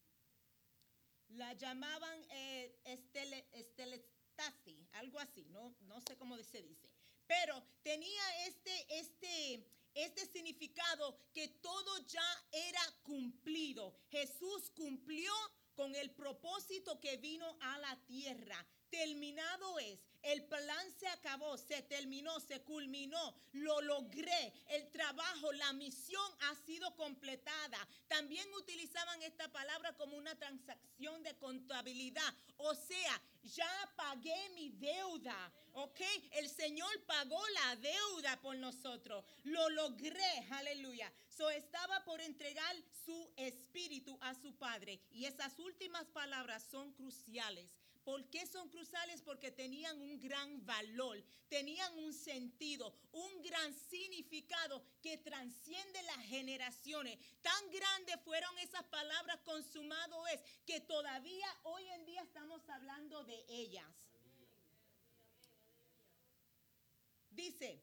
La llamaban estelestasi, algo así, no sé cómo se dice. Pero tenía este significado que todo ya era cumplido. Jesús cumplió con el propósito que vino a la tierra. Terminado es, el plan se acabó, se terminó, se culminó, lo logré, el trabajo, la misión ha sido completada. También utilizaban esta palabra como una transacción de contabilidad, o sea, ya pagué mi deuda, ¿ok? El Señor pagó la deuda por nosotros, lo logré, aleluya. Estaba por entregar su espíritu a su Padre y esas últimas palabras son cruciales. ¿Por qué son cruciales? Porque tenían un gran valor, tenían un sentido, un gran significado que trasciende las generaciones. Tan grandes fueron esas palabras, consumado es, que todavía hoy en día estamos hablando de ellas. Dice,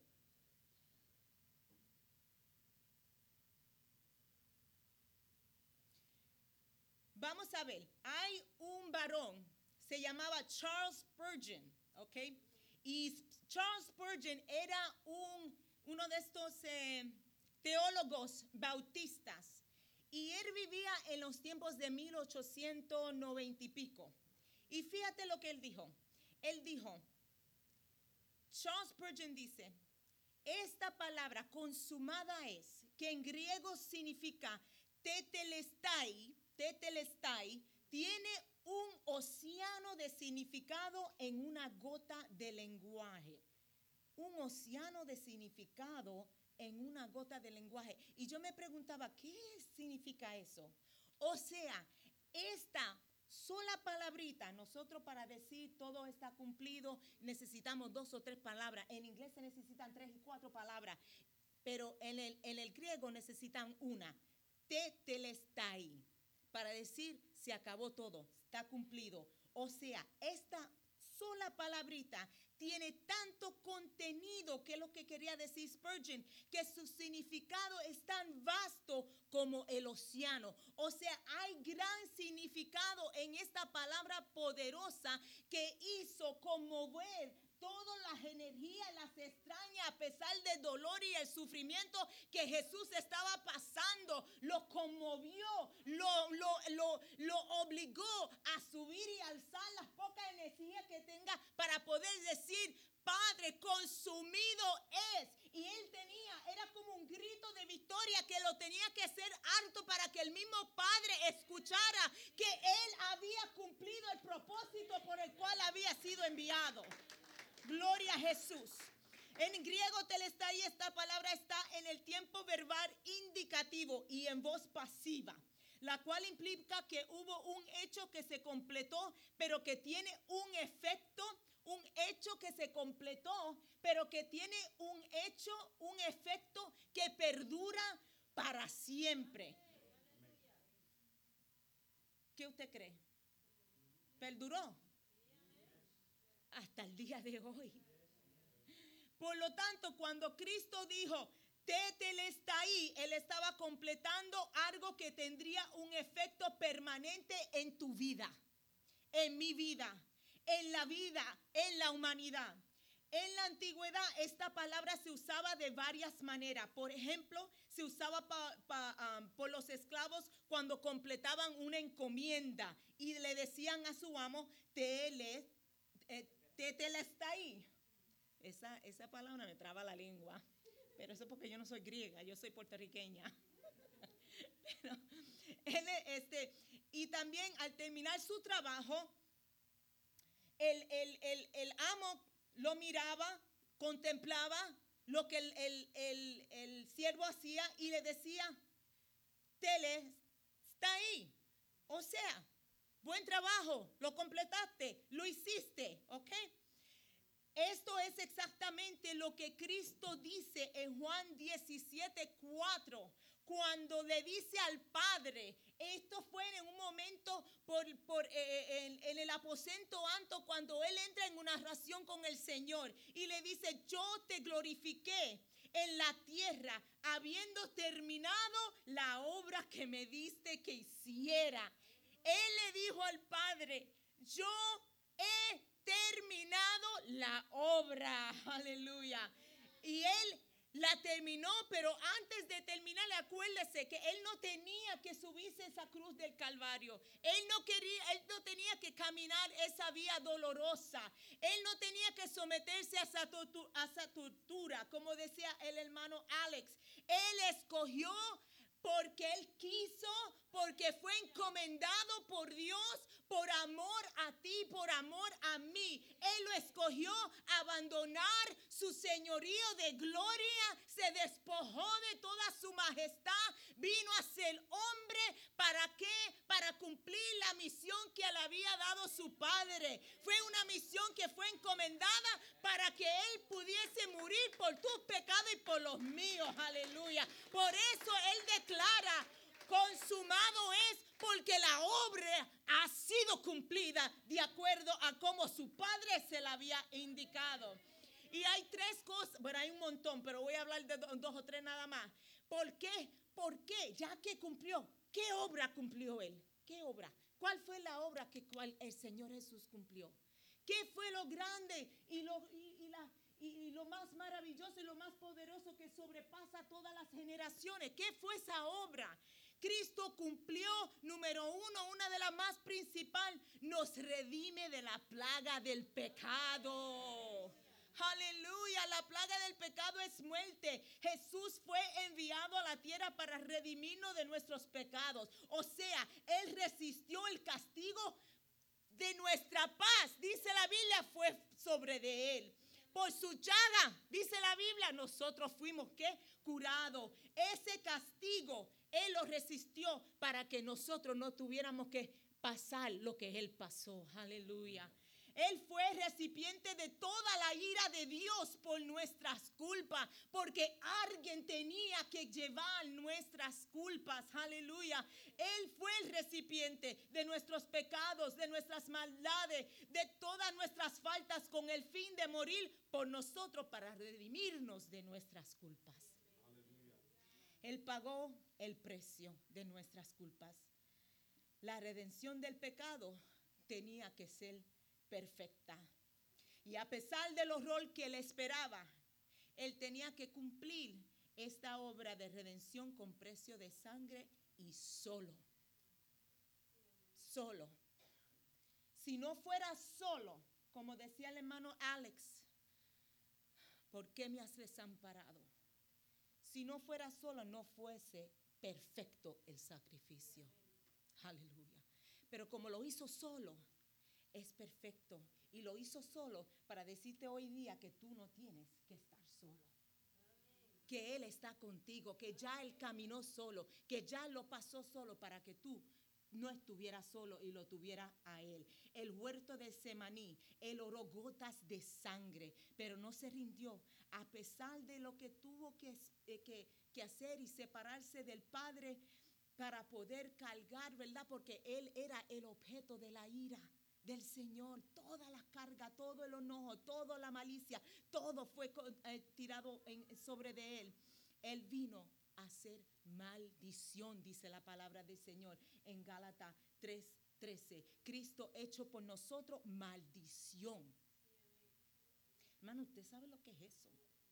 vamos a ver, hay un varón, se llamaba Charles Spurgeon, ¿ok? Y Charles Spurgeon era uno de estos teólogos bautistas. Y él vivía en los tiempos de 1890 y pico. Y fíjate lo que él dijo. Él dijo, Charles Spurgeon dice, esta palabra consumada es, que en griego significa tetelestai, tiene un océano de significado en una gota de lenguaje. Un océano de significado en una gota de lenguaje. Y yo me preguntaba, ¿qué significa eso? O sea, esta sola palabrita, nosotros para decir todo está cumplido necesitamos 2 o 3 palabras. En inglés se necesitan 3 y 4 palabras, pero en el griego necesitan una. tetelestai, para decir se acabó todo, está cumplido. O sea, esta sola palabrita tiene tanto contenido, que es lo que quería decir Spurgeon, que su significado es tan vasto como el océano. O sea, hay gran significado en esta palabra poderosa que hizo conmover todas las energías, las extrañas, a pesar del dolor y el sufrimiento que Jesús estaba pasando. Lo conmovió, lo obligó a subir y alzar las pocas energías que tenga para poder decir: Padre, consumido es. Y él era como un grito de victoria que lo tenía que hacer harto para que el mismo Padre escuchara que él había cumplido el propósito por el cual había sido enviado. Gloria a Jesús. En griego telestai, esta palabra está en el tiempo verbal indicativo y en voz pasiva, la cual implica que hubo un hecho que se completó, pero que tiene un efecto, un hecho que se completó, pero que tiene un hecho, un efecto que perdura para siempre. ¿Qué usted cree? ¿Perduró? Hasta el día de hoy. Por lo tanto, cuando Cristo dijo tetelestai, él estaba completando algo que tendría un efecto permanente en tu vida, en mi vida, en la humanidad. En la antigüedad esta palabra se usaba de varias maneras. Por ejemplo, se usaba por los esclavos cuando completaban una encomienda y le decían a su amo tetelestai. Esa palabra me traba la lengua, pero eso es porque yo no soy griega, yo soy puertorriqueña. Pero y también al terminar su trabajo, el amo lo miraba, contemplaba lo que el siervo hacía y le decía: telestai. O sea, buen trabajo, lo completaste, lo hiciste, ¿ok? Esto es exactamente lo que Cristo dice en Juan 17:4, cuando le dice al Padre. Esto fue en un momento en el aposento alto, cuando él entra en una relación con el Señor y le dice: yo te glorifiqué en la tierra, habiendo terminado la obra que me diste que hiciera. Él le dijo al Padre: yo he terminado la obra. Aleluya. Y él la terminó, pero antes de terminar, acuérdese que él no tenía que subirse esa cruz del Calvario. Él no tenía que caminar esa vía dolorosa. Él no tenía que someterse a esa tortura, como decía el hermano Alex. Él escogió porque él quiso, porque fue encomendado por Dios, por amor a ti, por amor a mí. Él lo escogió abandonar su señorío de gloria, se despojó de toda su majestad, vino a ser hombre. ¿Para qué? Para cumplir la misión que le había dado su Padre. Fue una misión que fue encomendada para que él pudiese morir por tus pecados y por los míos. Aleluya. Por eso él declara: consumado es, porque la obra ha sido cumplida de acuerdo a como su Padre se la había indicado. Y hay tres cosas, bueno, hay un montón, pero voy a hablar de dos o tres nada más. ¿Por qué? ¿Por qué? Ya que cumplió, ¿qué obra cumplió él? ¿Qué obra? ¿Cuál fue la obra que el Señor Jesús cumplió? ¿Qué fue lo grande y lo más maravilloso y lo más poderoso que sobrepasa todas las generaciones? ¿Qué fue esa obra? Cristo cumplió, número uno, una de las más principales: nos redime de la plaga del pecado. Aleluya, la plaga del pecado es muerte. Jesús fue enviado a la tierra para redimirnos de nuestros pecados. O sea, él resistió el castigo de nuestra paz. Dice la Biblia, fue sobre de él. Por su llaga, dice la Biblia, nosotros fuimos, ¿qué? Curados. Ese castigo él lo resistió para que nosotros no tuviéramos que pasar lo que él pasó. Aleluya. Él fue recipiente de toda la ira de Dios por nuestras culpas, porque alguien tenía que llevar nuestras culpas. Aleluya. Él fue el recipiente de nuestros pecados, de nuestras maldades, de todas nuestras faltas, con el fin de morir por nosotros para redimirnos de nuestras culpas. Él pagó el precio de nuestras culpas. La redención del pecado tenía que ser perfecta. Y a pesar del horror que le esperaba, él tenía que cumplir esta obra de redención con precio de sangre y solo. Si no fuera solo, como decía el hermano Alex, ¿por qué me has desamparado? Si no fuera solo, no fuese perfecto el sacrificio. Aleluya. Pero como lo hizo solo, es perfecto. Y lo hizo solo para decirte hoy día que tú no tienes que estar solo. Que Él está contigo, que ya Él caminó solo, que ya lo pasó solo para que tú no estuvieras solo y lo tuvieras a Él. El huerto de Semaní, Él oró gotas de sangre, pero no se rindió. A pesar de lo que tuvo que hacer y separarse del Padre para poder cargar, ¿verdad? Porque Él era el objeto de la ira del Señor. Toda la carga, todo el enojo, toda la malicia, todo fue tirado sobre de Él. Él vino a hacer maldición, dice la palabra del Señor en Gálatas 3:13. Cristo hecho por nosotros maldición. Hermano, ¿usted sabe lo que es eso?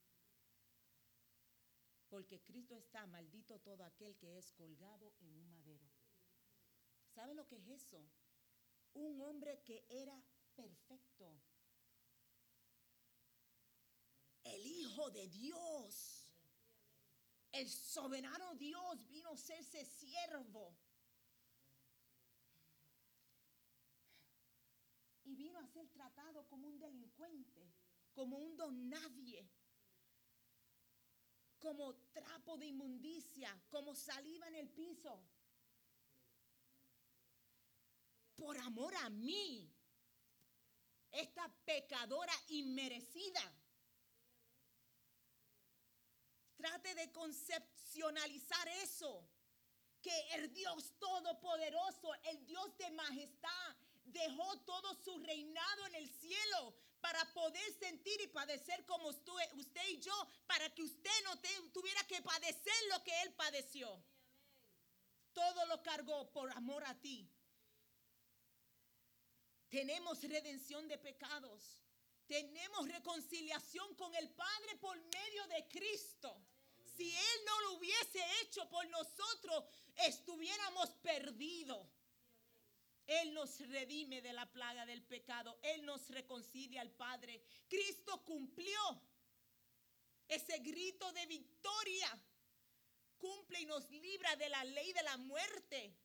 Porque Cristo está maldito todo aquel que es colgado en un madero. ¿Sabe lo que es eso? Un hombre que era perfecto. El Hijo de Dios. El soberano Dios vino a hacerse siervo. Y vino a ser tratado como un delincuente, como un don nadie, como trapo de inmundicia, como saliva en el piso. Por amor a mí, esta pecadora inmerecida. Trate de concepcionalizar eso, que el Dios todopoderoso, el Dios de majestad, dejó todo su reinado en el cielo para poder sentir y padecer como usted y yo, para que usted no tuviera que padecer lo que Él padeció. Todo lo cargó por amor a ti. Tenemos redención de pecados. Tenemos reconciliación con el Padre por medio de Cristo. Si Él no lo hubiese hecho por nosotros, estuviéramos perdidos. Él nos redime de la plaga del pecado. Él nos reconcilia al Padre. Cristo cumplió ese grito de victoria. Cumple y nos libra de la ley de la muerte.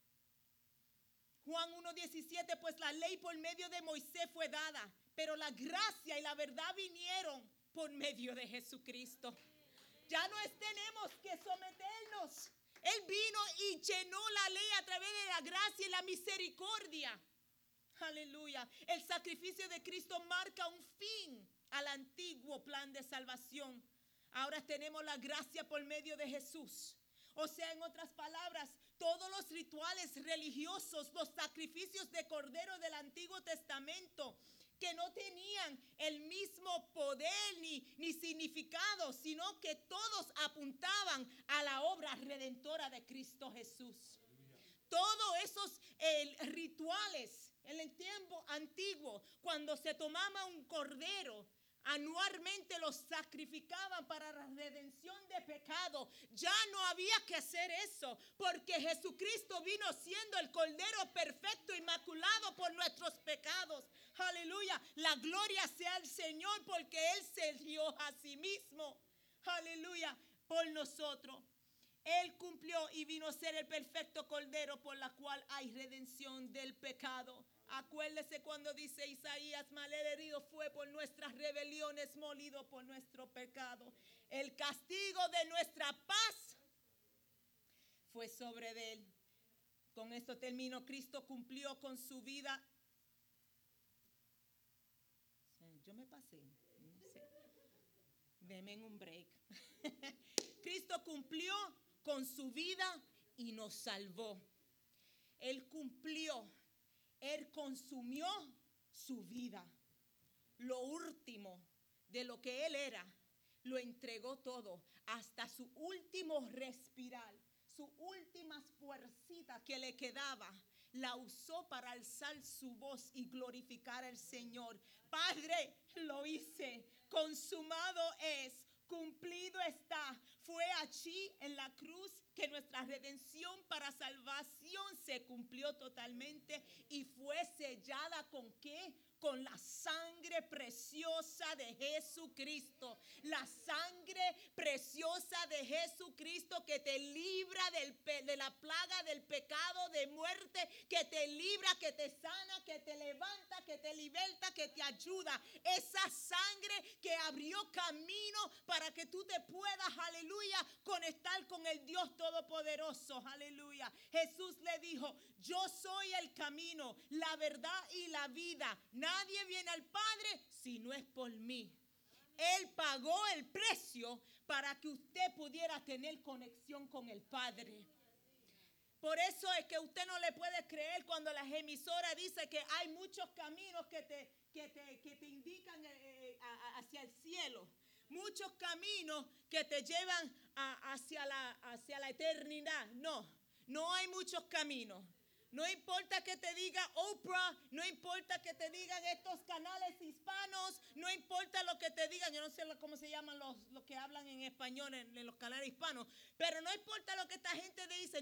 Juan 1:17, pues la ley por medio de Moisés fue dada, pero la gracia y la verdad vinieron por medio de Jesucristo. Ya no tenemos que someternos. Él vino y llenó la ley a través de la gracia y la misericordia. Aleluya. El sacrificio de Cristo marca un fin al antiguo plan de salvación. Ahora tenemos la gracia por medio de Jesús. O sea, en otras palabras, todos los rituales religiosos, los sacrificios de cordero del Antiguo Testamento, que no tenían el mismo poder ni significado, sino que todos apuntaban a la obra redentora de Cristo Jesús. Todos esos rituales en el tiempo antiguo, cuando se tomaba un cordero, anualmente los sacrificaban para la redención de pecado. Ya no había que hacer eso, porque Jesucristo vino siendo el cordero perfecto, inmaculado por nuestros pecados. Aleluya. La gloria sea al Señor, porque Él se dio a sí mismo. Aleluya. Por nosotros. Él cumplió y vino a ser el perfecto cordero por la cual hay redención del pecado. Acuérdese cuando dice Isaías, mal herido fue por nuestras rebeliones, molido por nuestro pecado. El castigo de nuestra paz fue sobre él. Con esto termino. Cristo cumplió con su vida Yo me pasé. No sé. Deme un break. Cristo cumplió con su vida y nos salvó. Él cumplió. Él consumió su vida. Lo último de lo que Él era, lo entregó todo hasta su último respirar. Su última fuercita que le quedaba, la usó para alzar su voz y glorificar al Señor. Padre, lo hice. Consumado es. Cumplido está. Fue allí en la cruz que nuestra redención para salvación se cumplió totalmente y fue sellada ¿con qué? Con la sangre preciosa de Jesucristo. La sangre preciosa de Jesucristo que te libra de la plaga del pecado, de muerte, que te libra, que te sana, que te levanta, que te liberta, que te ayuda. Esa sangre que abrió camino para que tú te puedas, aleluya, conectar con el Dios Todopoderoso, aleluya. Jesús le dijo, yo soy el camino, la verdad y la vida. Nadie viene al Padre si no es por mí. Él pagó el precio para que usted pudiera tener conexión con el Padre. Por eso es que usted no le puede creer cuando las emisoras dicen que hay muchos caminos que te indican hacia el cielo. Muchos caminos que te llevan hacia la eternidad. No hay muchos caminos. No importa que te diga Oprah, no importa que te digan estos canales hispanos, no importa lo que te digan, yo no sé cómo se llaman los que hablan en español en los canales hispanos, pero no importa lo que esta gente dice,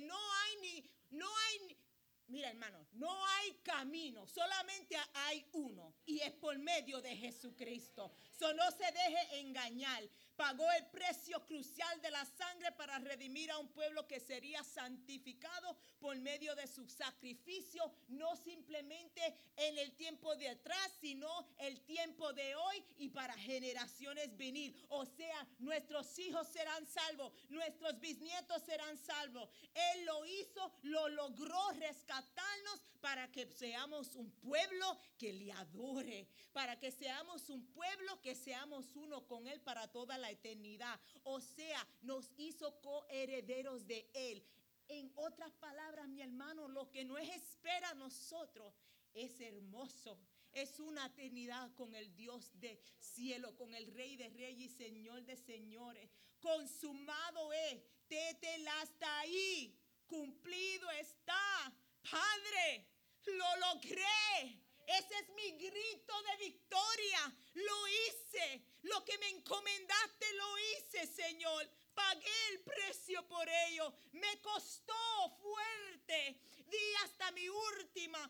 mira hermano, no hay camino, solamente hay uno y es por medio de Jesucristo. No se deje engañar. Pagó el precio crucial de la sangre para redimir a un pueblo que sería santificado por medio de su sacrificio, no simplemente en el tiempo de atrás, sino el tiempo de hoy y para generaciones venir. O sea, nuestros hijos serán salvos, nuestros bisnietos serán salvos. Él lo hizo, lo logró rescatarnos para que seamos un pueblo que le adore, para que seamos un pueblo que seamos uno con Él para toda la eternidad. O sea, nos hizo coherederos de Él. En otras palabras, mi hermano, lo que nos espera a nosotros es hermoso. Es una eternidad con el Dios de cielo, con el Rey de Reyes y Señor de Señores. Consumado es. Tétela hasta ahí. Cumplido está. Padre, lo logré. Ese es mi grito de victoria. Lo hice. Lo que me encomendaste lo hice, Señor. Pagué el precio por ello. Me costó fuerte. Di hasta mi última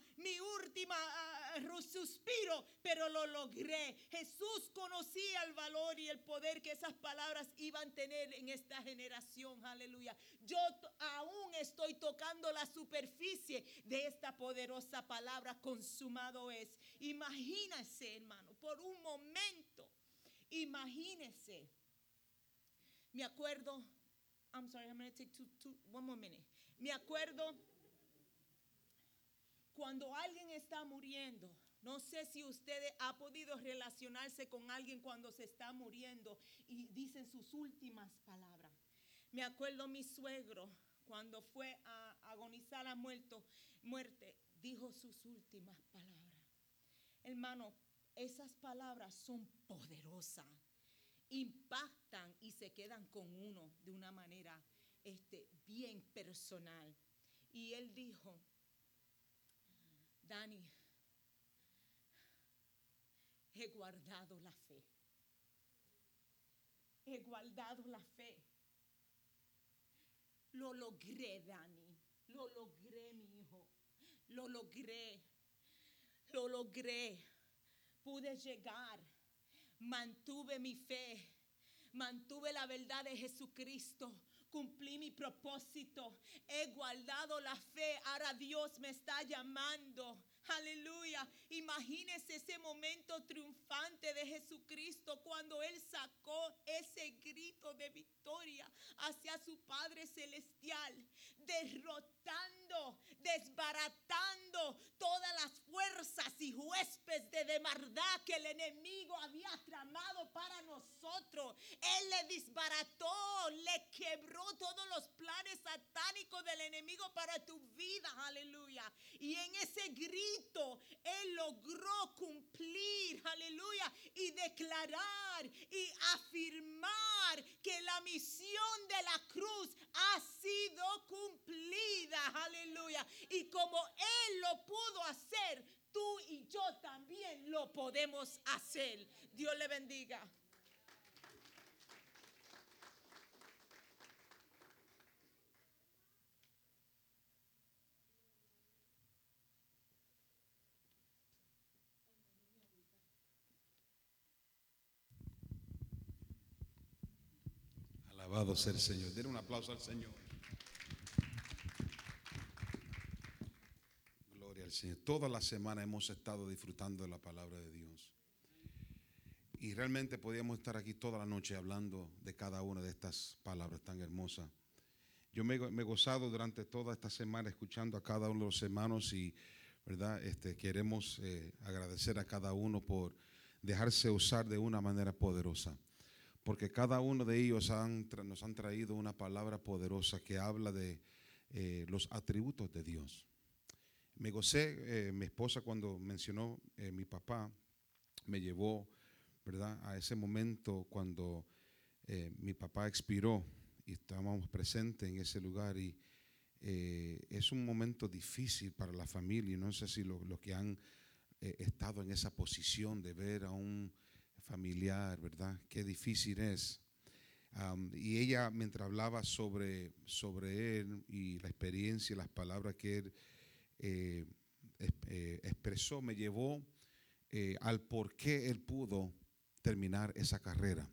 suspiro, pero lo logré. Jesús conocía el valor y el poder que esas palabras iban a tener en esta generación. Aleluya. Yo aún estoy tocando la superficie de esta poderosa palabra. Consumado es. Imagínese, hermano, por un momento. Imagínese. Me acuerdo, I'm sorry, I'm going to take one more minute. Me acuerdo cuando alguien está muriendo. No sé si usted ha podido relacionarse con alguien cuando se está muriendo y dicen sus últimas palabras. Me acuerdo mi suegro cuando fue a agonizar a muerte, dijo sus últimas palabras. Hermano, esas palabras son poderosas. Impactan y se quedan con uno de una manera bien personal. Y él dijo, Dani, he guardado la fe. He guardado la fe. Lo logré, Dani. Lo logré, mi hijo. Lo logré. Lo logré. Pude llegar. Mantuve mi fe, mantuve la verdad de Jesucristo, cumplí mi propósito, he guardado la fe, ahora Dios me está llamando. Aleluya. Imagínese ese momento triunfante de Jesucristo cuando Él sacó ese grito de victoria hacia su Padre Celestial, derrotando, desbaratando todas las fuerzas y y huéspedes de maldad que el enemigo había tramado para nosotros. Él le desbarató, le quebró todos los planes satánicos del enemigo para tu vida. Aleluya. Y en ese grito Él logró cumplir, aleluya, y declarar y afirmar que la misión de la cruz ha sido cumplida. Aleluya. Y como Él lo pudo hacer, tú y yo también lo podemos hacer. Dios le bendiga. Alabado sea el Señor. Den un aplauso al Señor. Gloria al Señor. Toda la semana hemos estado disfrutando de la palabra de Dios. Y realmente podíamos estar aquí toda la noche hablando de cada una de estas palabras tan hermosas. Yo me he gozado durante toda esta semana escuchando a cada uno de los hermanos y, ¿verdad? Queremos agradecer a cada uno por dejarse usar de una manera poderosa. Porque cada uno de ellos nos han traído una palabra poderosa que habla de los atributos de Dios. Me gocé, mi esposa cuando mencionó mi papá, me llevó, ¿verdad?, a ese momento cuando mi papá expiró y estábamos presentes en ese lugar. Y es un momento difícil para la familia. No sé si los que han estado en esa posición de ver a un familiar, ¿verdad? Qué difícil es. Y ella, mientras hablaba sobre él y la experiencia y las palabras que él expresó, me llevó al por qué él pudo terminar esa carrera.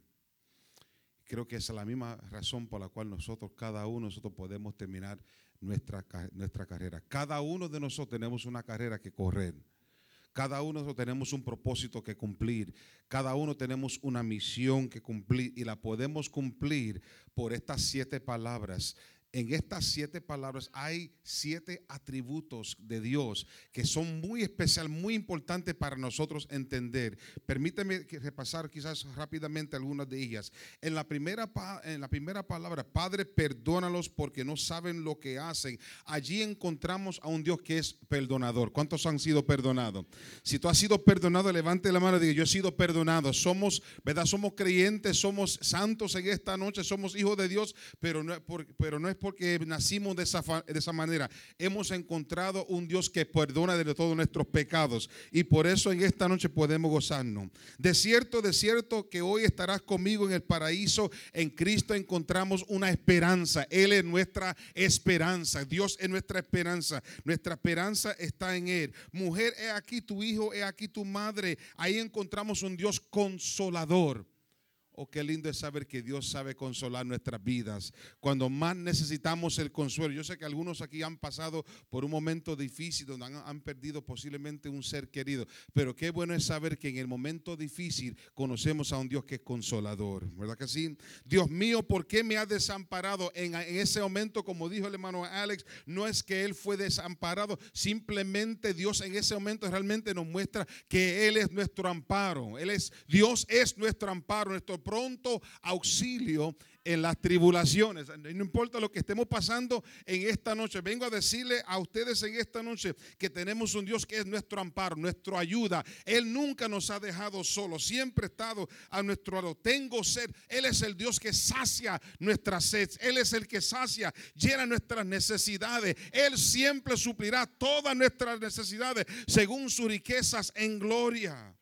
Creo que esa es la misma razón por la cual cada uno de nosotros podemos terminar nuestra carrera. Cada uno de nosotros tenemos una carrera que correr. Cada uno de nosotros tenemos un propósito que cumplir. Cada uno tenemos una misión que cumplir y la podemos cumplir por estas 7 palabras. En estas 7 palabras hay 7 atributos de Dios que son muy especiales, muy importantes para nosotros entender. Permíteme repasar quizás rápidamente algunas de ellas. En la primera palabra, Padre, perdónalos porque no saben lo que hacen. Allí encontramos a un Dios que es perdonador. ¿Cuántos han sido perdonados? Si tú has sido perdonado, levante la mano y diga: yo he sido perdonado. Somos, ¿verdad? Somos creyentes, somos santos en esta noche, somos hijos de Dios, pero no es porque nacimos de esa manera. Hemos encontrado un Dios que perdona de todos nuestros pecados y por eso en esta noche podemos gozarnos. De cierto que hoy estarás conmigo en el paraíso. En Cristo encontramos una esperanza. Él es nuestra esperanza. Dios es nuestra esperanza. Nuestra esperanza está en Él. Mujer, he aquí tu hijo, he aquí tu madre. Ahí encontramos un Dios consolador. Oh, qué lindo es saber que Dios sabe consolar nuestras vidas cuando más necesitamos el consuelo. Yo sé que algunos aquí han pasado por un momento difícil donde han perdido posiblemente un ser querido, pero qué bueno es saber que en el momento difícil conocemos a un Dios que es consolador, ¿verdad que sí? Dios mío, ¿por qué me has desamparado? En ese momento, como dijo el hermano Alex, no es que él fue desamparado, simplemente Dios en ese momento realmente nos muestra que Él es nuestro amparo. Dios es nuestro amparo, nuestro pronto auxilio en las tribulaciones. No importa lo que estemos pasando en esta noche, vengo a decirle a ustedes en esta noche que tenemos un Dios que es nuestro amparo, nuestra ayuda. Él nunca nos ha dejado solos, siempre ha estado a nuestro lado. Tengo sed. Él es el Dios que sacia nuestra sed. Él es el que sacia, llena nuestras necesidades. Él siempre suplirá todas nuestras necesidades según sus riquezas en gloria.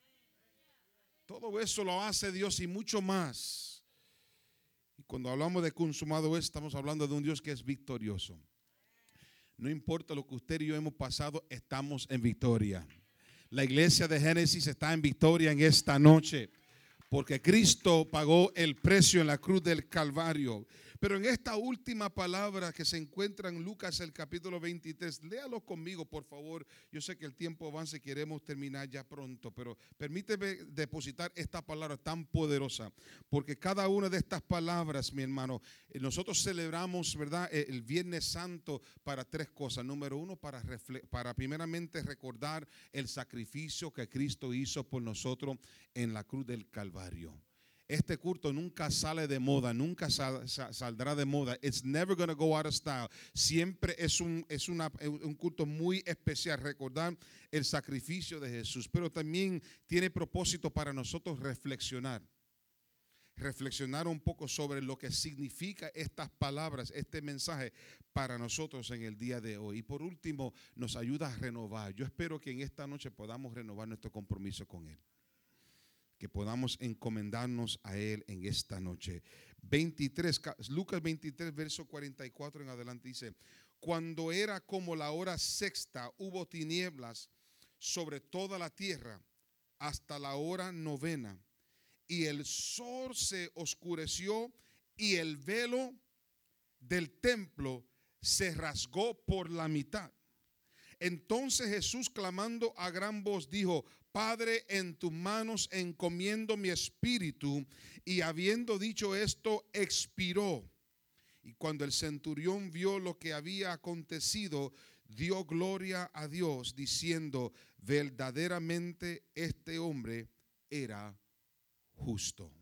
Todo eso lo hace Dios y mucho más. Y cuando hablamos de consumado estamos hablando de un Dios que es victorioso. No importa lo que usted y yo hemos pasado, estamos en victoria. La iglesia de Génesis está en victoria en esta noche, porque Cristo pagó el precio en la cruz del Calvario. Pero en esta última palabra que se encuentra en Lucas el capítulo 23, léalo conmigo por favor. Yo sé que el tiempo avanza y queremos terminar ya pronto, pero permíteme depositar esta palabra tan poderosa, porque cada una de estas palabras, mi hermano, nosotros celebramos, ¿verdad?, el Viernes Santo para tres cosas. Número uno, para primeramente recordar el sacrificio que Cristo hizo por nosotros en la cruz del Calvario. Este culto nunca sale de moda, nunca saldrá de moda. It's never going to go out of style. Siempre es un culto muy especial, recordar el sacrificio de Jesús. Pero también tiene propósito para nosotros reflexionar un poco sobre lo que significa estas palabras, este mensaje para nosotros en el día de hoy. Y por último, nos ayuda a renovar. Yo espero que en esta noche podamos renovar nuestro compromiso con Él, que podamos encomendarnos a Él en esta noche. Lucas 23, verso 44 en adelante dice: cuando era como la hora sexta, hubo tinieblas sobre toda la tierra hasta la hora novena, y el sol se oscureció y el velo del templo se rasgó por la mitad. Entonces Jesús, clamando a gran voz, dijo: Padre, en tus manos encomiendo mi espíritu. Y habiendo dicho esto, expiró. Y cuando el centurión vio lo que había acontecido, dio gloria a Dios, diciendo: verdaderamente este hombre era justo.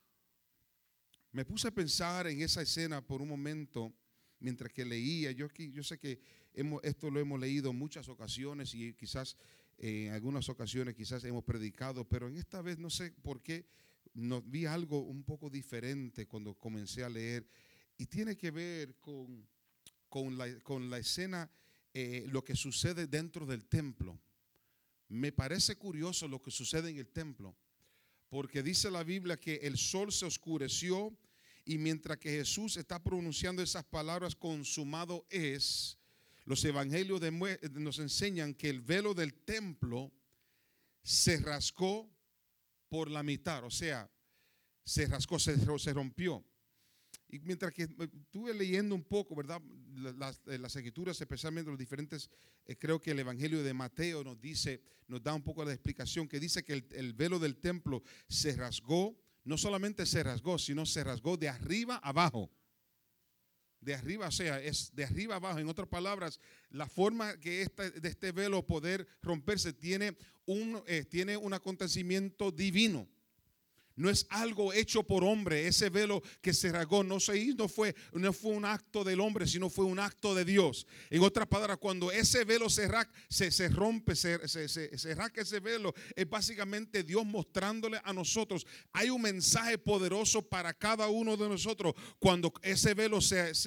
Me puse a pensar en esa escena por un momento mientras que leía. Yo sé que esto lo hemos leído en muchas ocasiones y quizás en algunas ocasiones quizás hemos predicado, pero en esta vez no sé por qué vi algo un poco diferente cuando comencé a leer, y tiene que ver con la escena, lo que sucede dentro del templo. Me parece curioso lo que sucede en el templo, porque dice la Biblia que el sol se oscureció, y mientras que Jesús está pronunciando esas palabras, consumado es, los evangelios nos enseñan que el velo del templo se rasgó por la mitad, o sea, se rasgó, se rompió. Y mientras que estuve leyendo un poco, ¿verdad?, las escrituras, especialmente los diferentes, creo que el evangelio de Mateo nos da un poco la explicación, que dice que el velo del templo se rasgó. No solamente se rasgó, sino se rasgó de arriba abajo. De arriba, o sea, es de arriba abajo. En otras palabras, la forma que de este velo poder romperse tiene un acontecimiento divino. No es algo hecho por hombre. Ese velo que se rasgó no fue un acto del hombre, sino fue un acto de Dios. En otras palabras, cuando ese velo se rompe, se rasga ese velo, es básicamente Dios mostrándole a nosotros. Hay un mensaje poderoso para cada uno de nosotros cuando ese velo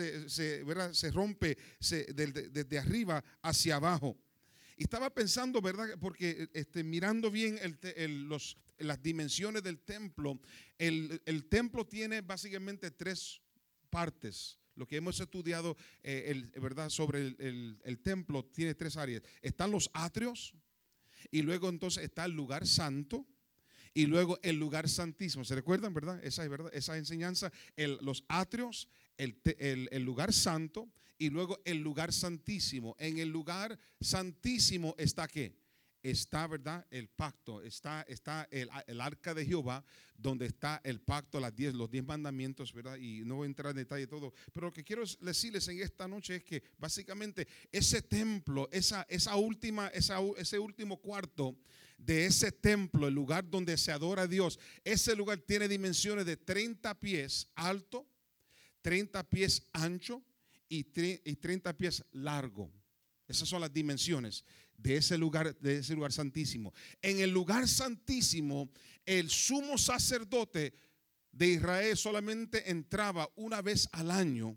se rompe desde arriba hacia abajo. Y estaba pensando, ¿verdad?, porque mirando bien las dimensiones del templo, el templo tiene básicamente tres partes. Lo que hemos estudiado, ¿verdad?, sobre el templo tiene tres áreas. Están los atrios, y luego entonces está el lugar santo, y luego el lugar santísimo. ¿Se recuerdan, verdad? Esa enseñanza, los atrios, el lugar santo, y luego el lugar santísimo. En el lugar santísimo está ¿qué? Está, ¿verdad?, el pacto, está el arca de Jehová, donde está el pacto, los 10 mandamientos, ¿verdad? Y no voy a entrar en detalle de todo, pero lo que quiero decirles en esta noche es que básicamente ese templo, ese último cuarto de ese templo, el lugar donde se adora a Dios, ese lugar tiene dimensiones de 30 pies alto, 30 pies ancho y 30 pies largo. Esas son las dimensiones de ese lugar santísimo. En el lugar santísimo, el sumo sacerdote de Israel solamente entraba una vez al año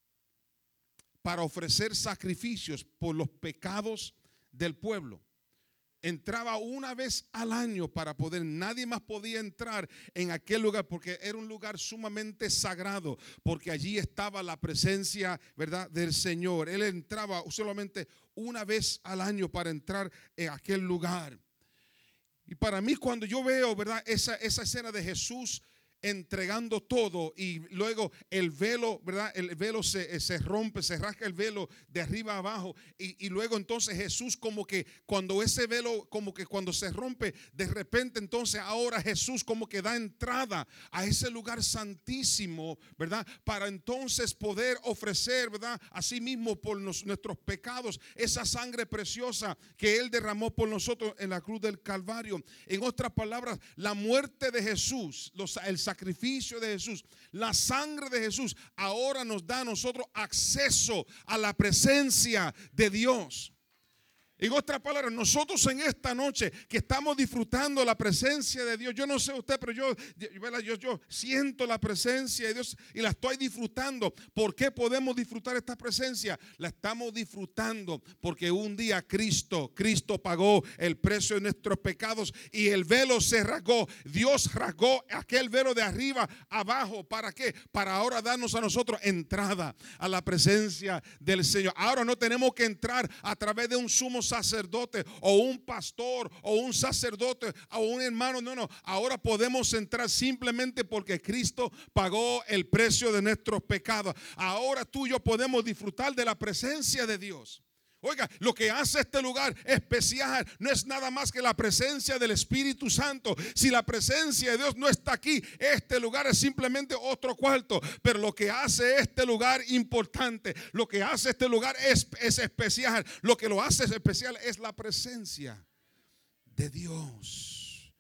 para ofrecer sacrificios por los pecados del pueblo. Entraba una vez al año para poder, nadie más podía entrar en aquel lugar porque era un lugar sumamente sagrado, porque allí estaba la presencia, ¿verdad?, del Señor. Él entraba solamente una vez al año para entrar en aquel lugar. Y para mí, cuando yo veo, ¿verdad?, esa escena de Jesús entregando todo, y luego el velo, ¿verdad? El velo se rompe, se rasga el velo de arriba a abajo, y luego entonces Jesús, como que cuando ese velo, como que cuando se rompe, de repente entonces ahora Jesús como que da entrada a ese lugar santísimo, ¿verdad? Para entonces poder ofrecer, ¿verdad? Así mismo por nuestros pecados, esa sangre preciosa que Él derramó por nosotros en la cruz del Calvario. En otras palabras, la muerte de Jesús, el sacrificio de Jesús, la sangre de Jesús, ahora nos da a nosotros acceso a la presencia de Dios. En otras palabras, nosotros en esta noche que estamos disfrutando la presencia de Dios, yo no sé usted, pero yo siento la presencia de Dios y la estoy disfrutando. ¿Por qué podemos disfrutar esta presencia? La estamos disfrutando porque un día Cristo pagó el precio de nuestros pecados y el velo se rasgó. Dios rasgó aquel velo de arriba abajo. ¿Para qué? Para ahora darnos a nosotros entrada a la presencia del Señor. Ahora no tenemos que entrar a través de un sumo sacerdote o un pastor o un sacerdote o un hermano. No, ahora podemos entrar simplemente porque Cristo pagó el precio de nuestros pecados. Ahora tú y yo podemos disfrutar de la presencia de Dios. Oiga, lo que hace este lugar especial no es nada más que la presencia del Espíritu Santo. Si la presencia de Dios no está aquí, este lugar es simplemente otro cuarto. Pero lo que hace este lugar importante, lo que hace este lugar es especial. Lo que lo hace especial es la presencia de Dios.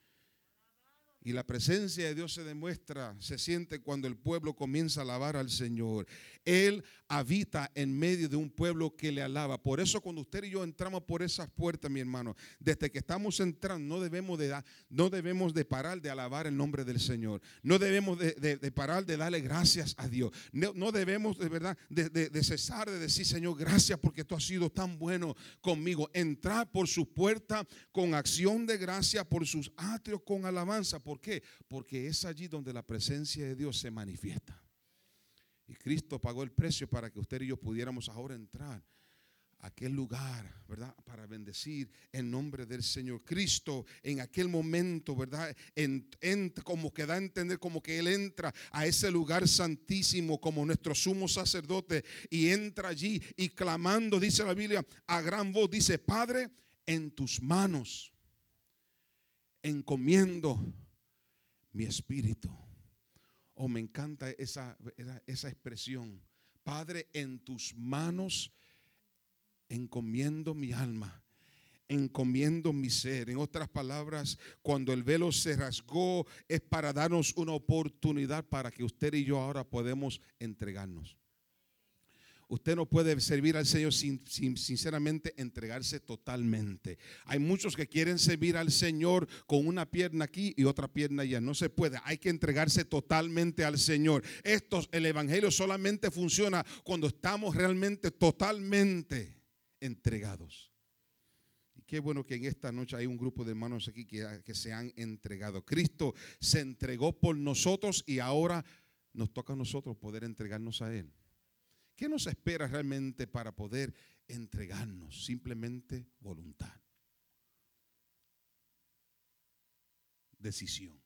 Y la presencia de Dios se demuestra, se siente cuando el pueblo comienza a alabar al Señor. Él habita en medio de un pueblo que le alaba. Por eso cuando usted y yo entramos por esas puertas, mi hermano, desde que estamos entrando, no debemos de parar de alabar el nombre del Señor. No debemos de parar de darle gracias a Dios. No debemos de verdad de cesar de decir, Señor, gracias porque tú has sido tan bueno conmigo. Entrar por sus puertas con acción de gracia, por sus atrios con alabanza. ¿Por qué? Porque es allí donde la presencia de Dios se manifiesta. Y Cristo pagó el precio para que usted y yo pudiéramos ahora entrar a aquel lugar, ¿verdad? Para bendecir el nombre del Señor. Cristo en aquel momento, ¿verdad? Como que da a entender, como que Él entra a ese lugar santísimo como nuestro sumo sacerdote y entra allí y clamando, dice la Biblia, a gran voz, dice, Padre, en tus manos encomiendo mi espíritu. Oh, me encanta esa expresión. Padre, en tus manos encomiendo mi alma, encomiendo mi ser. En otras palabras, cuando el velo se rasgó, es para darnos una oportunidad para que usted y yo ahora podemos entregarnos. Usted no puede servir al Señor sin sinceramente entregarse totalmente. Hay muchos que quieren servir al Señor con una pierna aquí y otra pierna allá. No se puede. Hay que entregarse totalmente al Señor. El evangelio solamente funciona cuando estamos realmente totalmente entregados. Y qué bueno que en esta noche hay un grupo de hermanos aquí que se han entregado. Cristo se entregó por nosotros y ahora nos toca a nosotros poder entregarnos a Él. ¿Qué nos espera realmente para poder entregarnos? Simplemente voluntad. Decisión.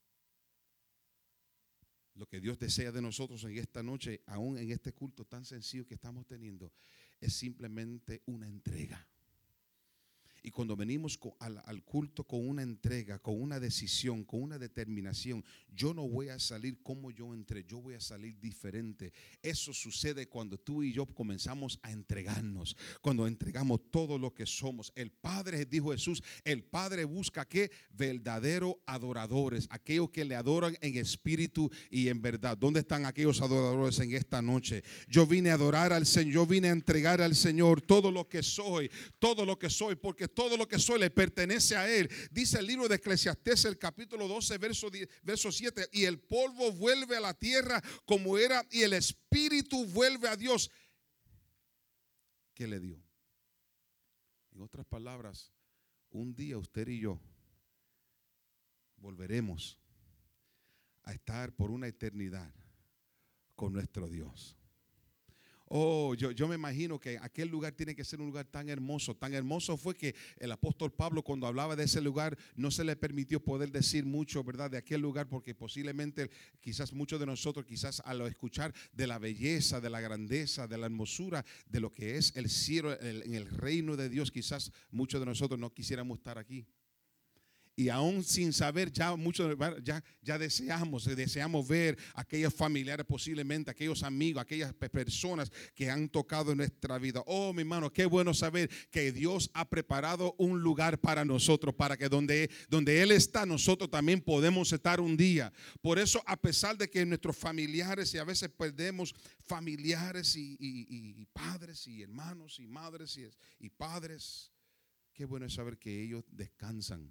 Lo que Dios desea de nosotros en esta noche, aún en este culto tan sencillo que estamos teniendo, es simplemente una entrega. Y cuando venimos al culto con una entrega, con una decisión, con una determinación, yo no voy a salir como yo entré, yo voy a salir diferente. Eso sucede cuando tú y yo comenzamos a entregarnos, cuando entregamos todo lo que somos. El Padre, dijo Jesús, el Padre busca ¿qué? Verdaderos adoradores, aquellos que le adoran en espíritu y en verdad. ¿Dónde están aquellos adoradores en esta noche? Yo vine a adorar al Señor, yo vine a entregar al Señor todo lo que soy, porque todo lo que soy le pertenece a Él. Dice el libro de Eclesiastés, el capítulo 12, verso 7, y el polvo vuelve a la tierra como era y el espíritu vuelve a Dios. ¿Qué le dio? En otras palabras, un día usted y yo volveremos a estar por una eternidad con nuestro Dios. Oh, yo me imagino que aquel lugar tiene que ser un lugar tan hermoso. Tan hermoso fue que el apóstol Pablo, cuando hablaba de ese lugar, no se le permitió poder decir mucho, ¿verdad?, de aquel lugar, porque posiblemente quizás muchos de nosotros, quizás al escuchar de la belleza, de la grandeza, de la hermosura, de lo que es el cielo, en el reino de Dios, quizás muchos de nosotros no quisiéramos estar aquí. Y aún sin saber, ya muchos ya deseamos ver a aquellos familiares, posiblemente aquellos amigos, aquellas personas que han tocado en nuestra vida. Oh, mi hermano, qué bueno saber que Dios ha preparado un lugar para nosotros, para que donde Él está, nosotros también podemos estar un día. Por eso, a pesar de que nuestros familiares, y a veces perdemos familiares y padres y hermanos y madres y padres, qué bueno es saber que ellos descansan.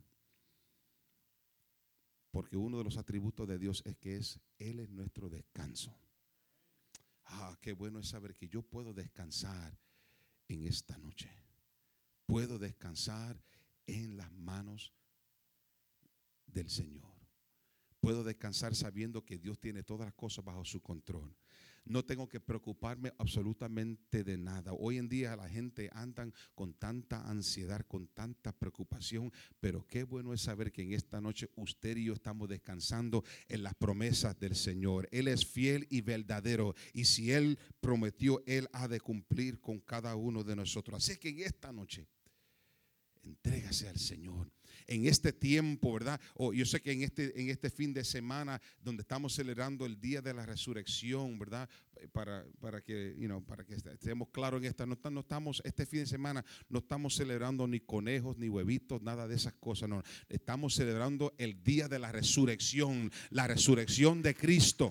Porque uno de los atributos de Dios es que Él es nuestro descanso. Qué bueno es saber que yo puedo descansar en esta noche. Puedo descansar en las manos del Señor. Puedo descansar sabiendo que Dios tiene todas las cosas bajo su control. No tengo que preocuparme absolutamente de nada. Hoy en día la gente anda con tanta ansiedad, con tanta preocupación, pero qué bueno es saber que en esta noche usted y yo estamos descansando en las promesas del Señor. Él es fiel y verdadero, y si Él prometió, Él ha de cumplir con cada uno de nosotros. Así que en esta noche, entrégase al Señor. En este tiempo, ¿verdad? Yo sé que en este fin de semana, donde estamos celebrando el día de la resurrección, ¿verdad? Para que estemos claros en esta, no estamos, este fin de semana no estamos celebrando ni conejos, ni huevitos, nada de esas cosas. No, estamos celebrando el día de la resurrección de Cristo.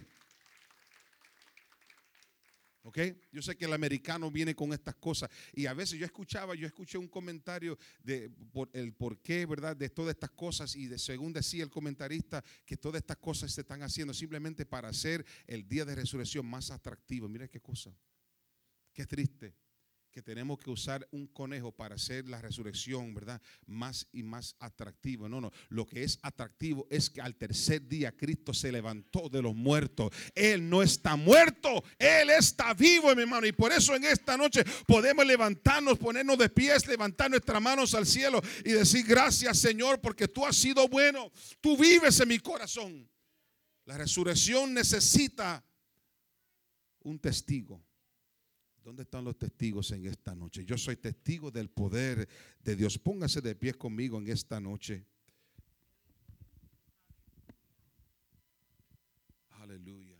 ¿Ok? Yo sé que el americano viene con estas cosas, y a veces yo escuché un comentario por el porqué, ¿verdad?, de todas estas cosas, y según decía el comentarista, que todas estas cosas se están haciendo simplemente para hacer el día de resurrección más atractivo. Mira qué cosa, qué triste que tenemos que usar un conejo para hacer la resurrección, ¿verdad?, más y más atractivo. No, lo que es atractivo es que al tercer día Cristo se levantó de los muertos. Él no está muerto, Él está vivo, mi hermano, y por eso en esta noche podemos levantarnos, ponernos de pies, levantar nuestras manos al cielo y decir: gracias, Señor, porque tú has sido bueno, tú vives en mi corazón. La resurrección necesita un testigo. ¿Dónde están los testigos en esta noche? Yo soy testigo del poder de Dios. Póngase de pie conmigo en esta noche. Aleluya.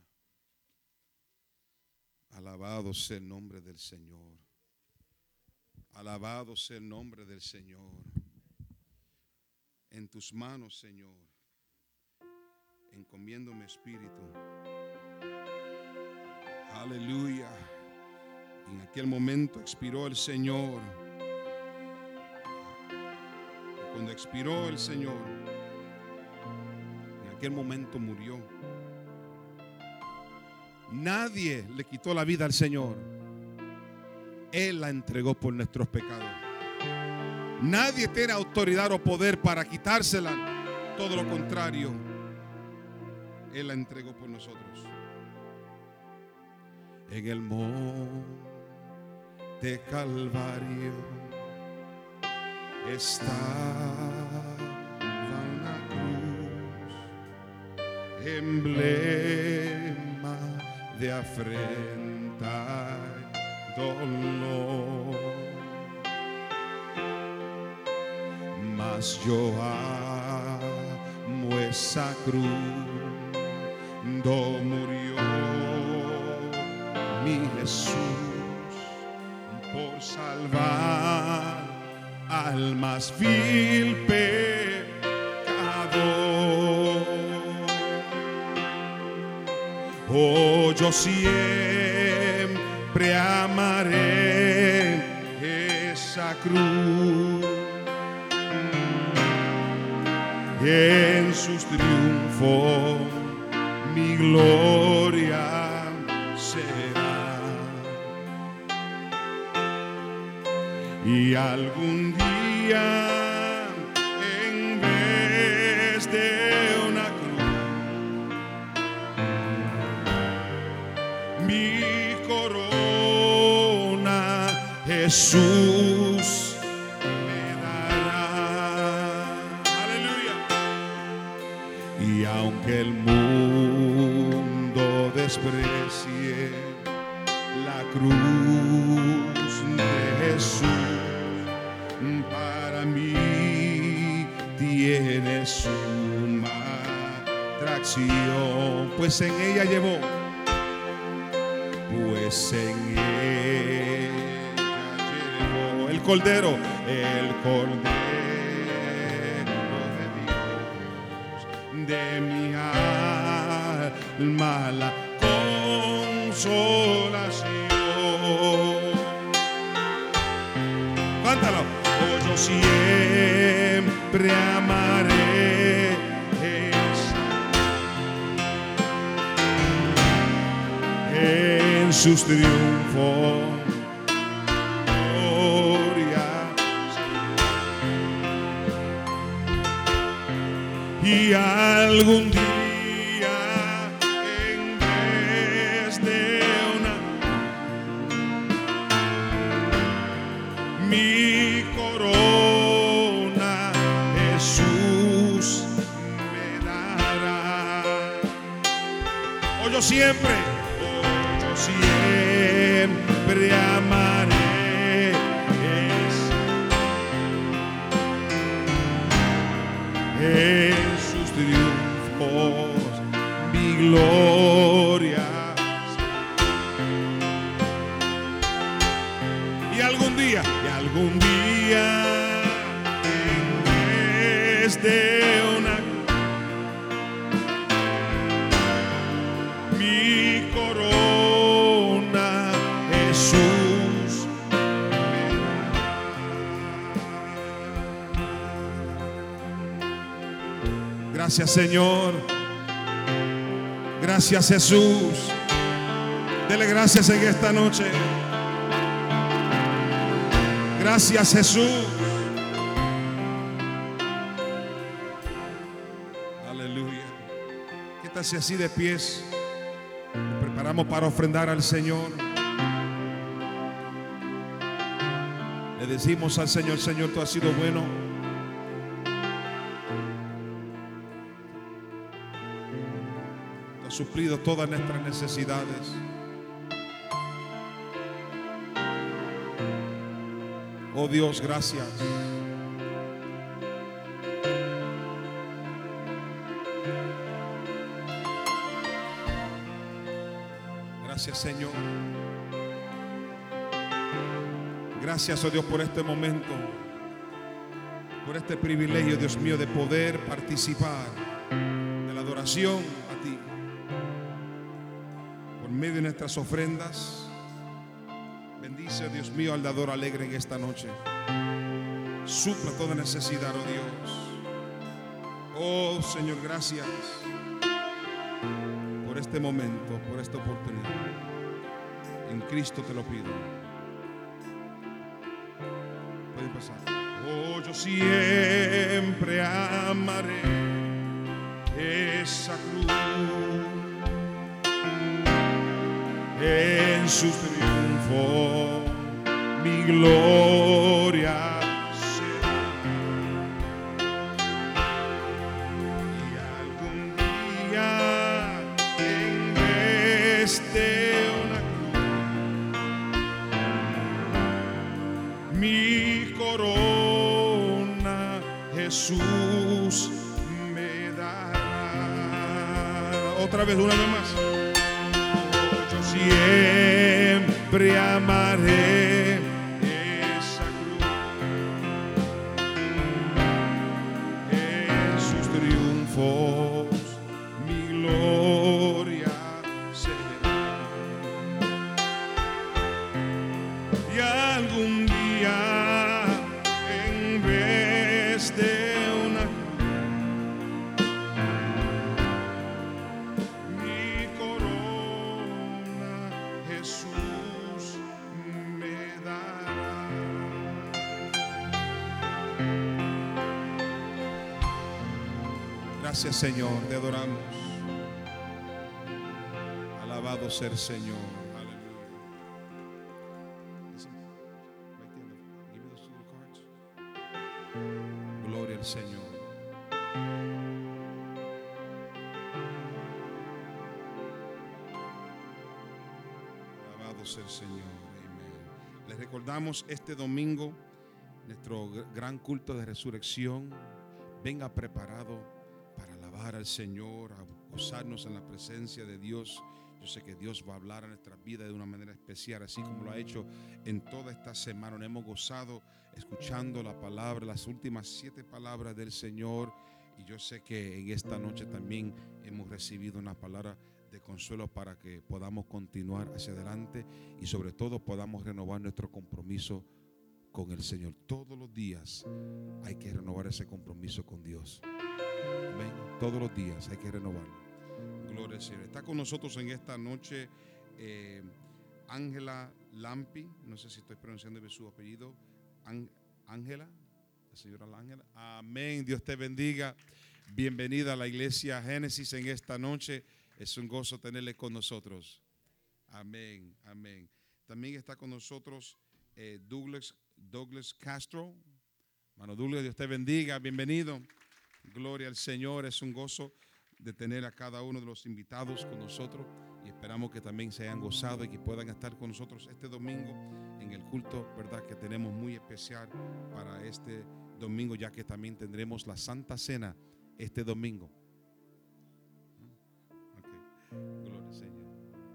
Alabado sea el nombre del Señor. Alabado sea el nombre del Señor. En tus manos, Señor, encomiendo mi espíritu. Aleluya. En aquel momento expiró el Señor. Y cuando expiró el Señor, en aquel momento murió. Nadie le quitó la vida al Señor. Él la entregó por nuestros pecados. Nadie tiene autoridad o poder para quitársela. Todo lo contrario, Él la entregó por nosotros. En el monte de Calvario estaba una cruz, emblema de afrenta y dolor. Mas yo amo esa cruz, donde murió mi Jesús por salvar al más vil pecador. Oh, yo siempre amaré esa cruz, en sus triunfos mi gloria será. Y algún día, en vez de una cruz, mi corona Jesús me dará. Aleluya. Y aunque el mundo desprecie la cruz de Jesús, para mí tiene suma atracción, pues en ella llevó, el Cordero de Dios, de mi alma la consolación. Cántalo. Oh, yo siempre amaré en sus triunfos. Y algún día, en vez de mi corona, Jesús me dará. Oh, yo siempre amaré en sus triunfos mi gloria. Y algún día, en vez de mi corona, Jesús me dará. Gracias, Señor. Gracias, Jesús. Dele gracias en esta noche. Gracias, Jesús. Aleluya. ¿Qué tal si así de pies nos preparamos para ofrendar al Señor? Le decimos al Señor: Señor, tú has sido bueno. Tú has suplido todas nuestras necesidades. Oh Dios, gracias. Gracias, Señor. Gracias, oh Dios, por este momento, por este privilegio, Dios mío, de poder participar de la adoración a ti por medio de nuestras ofrendas. Bendice, Dios mío, al dador alegre en esta noche. Supla toda necesidad, oh Dios. Oh Señor, gracias por este momento, por esta oportunidad. En Cristo te lo pido. Pueden pasar. Oh, yo siempre amaré esa cruz en sus triunfos, mi gloria será. Y algún día, en vez de una cruz, mi corona Jesús me dará. Otra vez, una vez más. Siempre amaré esa cruz en sus triunfos, mi gloria será. Y algún día, en vez de una Jesús me dará. Gracias, Señor, te adoramos. Alabado sea el Señor. Aleluya. Alabado sea el Señor. Amén. Les recordamos este domingo nuestro gran culto de resurrección. Venga preparado para alabar al Señor, a gozarnos en la presencia de Dios. Yo sé que Dios va a hablar a nuestras vidas de una manera especial, así como lo ha hecho en toda esta semana. Nos hemos gozado escuchando la palabra, las últimas 7 palabras del Señor. Y yo sé que en esta noche también hemos recibido una palabra de consuelo para que podamos continuar hacia adelante y sobre todo podamos renovar nuestro compromiso con el Señor. Todos los días hay que renovar ese compromiso con Dios. Amén. Todos los días hay que renovarlo. Gloria al Señor. Está con nosotros en esta noche Ángela Lampi. No sé si estoy pronunciando bien su apellido. Ángela, la señora Ángela. Amén. Dios te bendiga. Bienvenida a la iglesia Génesis en esta noche. Es un gozo tenerle con nosotros. Amén. Amén. También está con nosotros Douglas Castro. Hermano Douglas, Dios te bendiga. Bienvenido. Gloria al Señor. Es un gozo de tener a cada uno de los invitados con nosotros y esperamos que también se hayan gozado y que puedan estar con nosotros este domingo en el culto, verdad, que tenemos muy especial para este domingo, ya que también tendremos la Santa Cena este domingo. Okay. Gloria al Señor.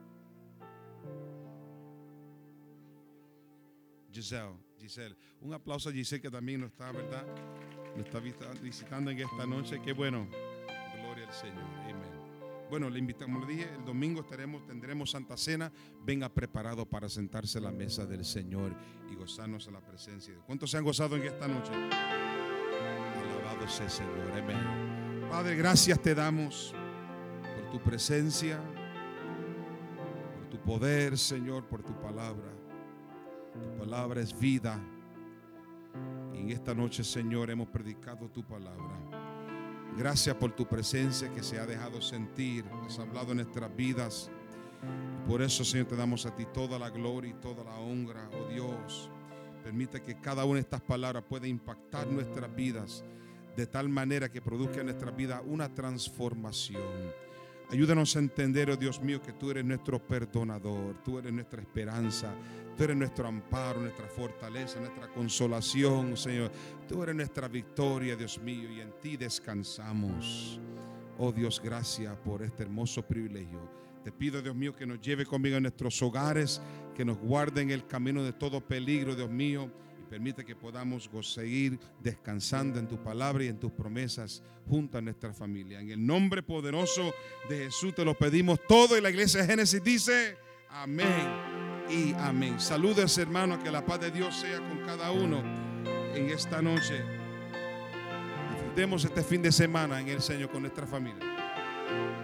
Giselle, un aplauso a Giselle que también nos está, ¿verdad? Nos está visitando en esta noche. Qué bueno. Gloria al Señor. Amén. Bueno, le invitamos, le dije, el domingo tendremos Santa Cena. Venga preparado para sentarse a la mesa del Señor y gozarnos en la presencia de Dios. ¿Cuántos se han gozado en esta noche? Alabado sea el Señor. Amén. Padre, gracias te damos por tu presencia, por tu poder, Señor, por tu palabra. Tu palabra es vida. Y en esta noche, Señor, hemos predicado tu palabra. Gracias por tu presencia que se ha dejado sentir. Has hablado en nuestras vidas. Por eso, Señor, te damos a ti toda la gloria y toda la honra. Oh Dios, permite que cada una de estas palabras pueda impactar nuestras vidas de tal manera que produzca en nuestras vidas una transformación. Ayúdanos a entender, oh Dios mío, que tú eres nuestro perdonador, tú eres nuestra esperanza, tú eres nuestro amparo, nuestra fortaleza, nuestra consolación, Señor. Tú eres nuestra victoria, Dios mío, y en ti descansamos. Oh Dios, gracias por este hermoso privilegio. Te pido, Dios mío, que nos lleve conmigo a nuestros hogares, que nos guarde en el camino de todo peligro, Dios mío. Permite que podamos seguir descansando en tu palabra y en tus promesas junto a nuestra familia. En el nombre poderoso de Jesús te lo pedimos todo. Y la iglesia de Génesis dice amén y amén. Saludos, hermanos, que la paz de Dios sea con cada uno en esta noche. Disfrutemos este fin de semana en el Señor con nuestra familia.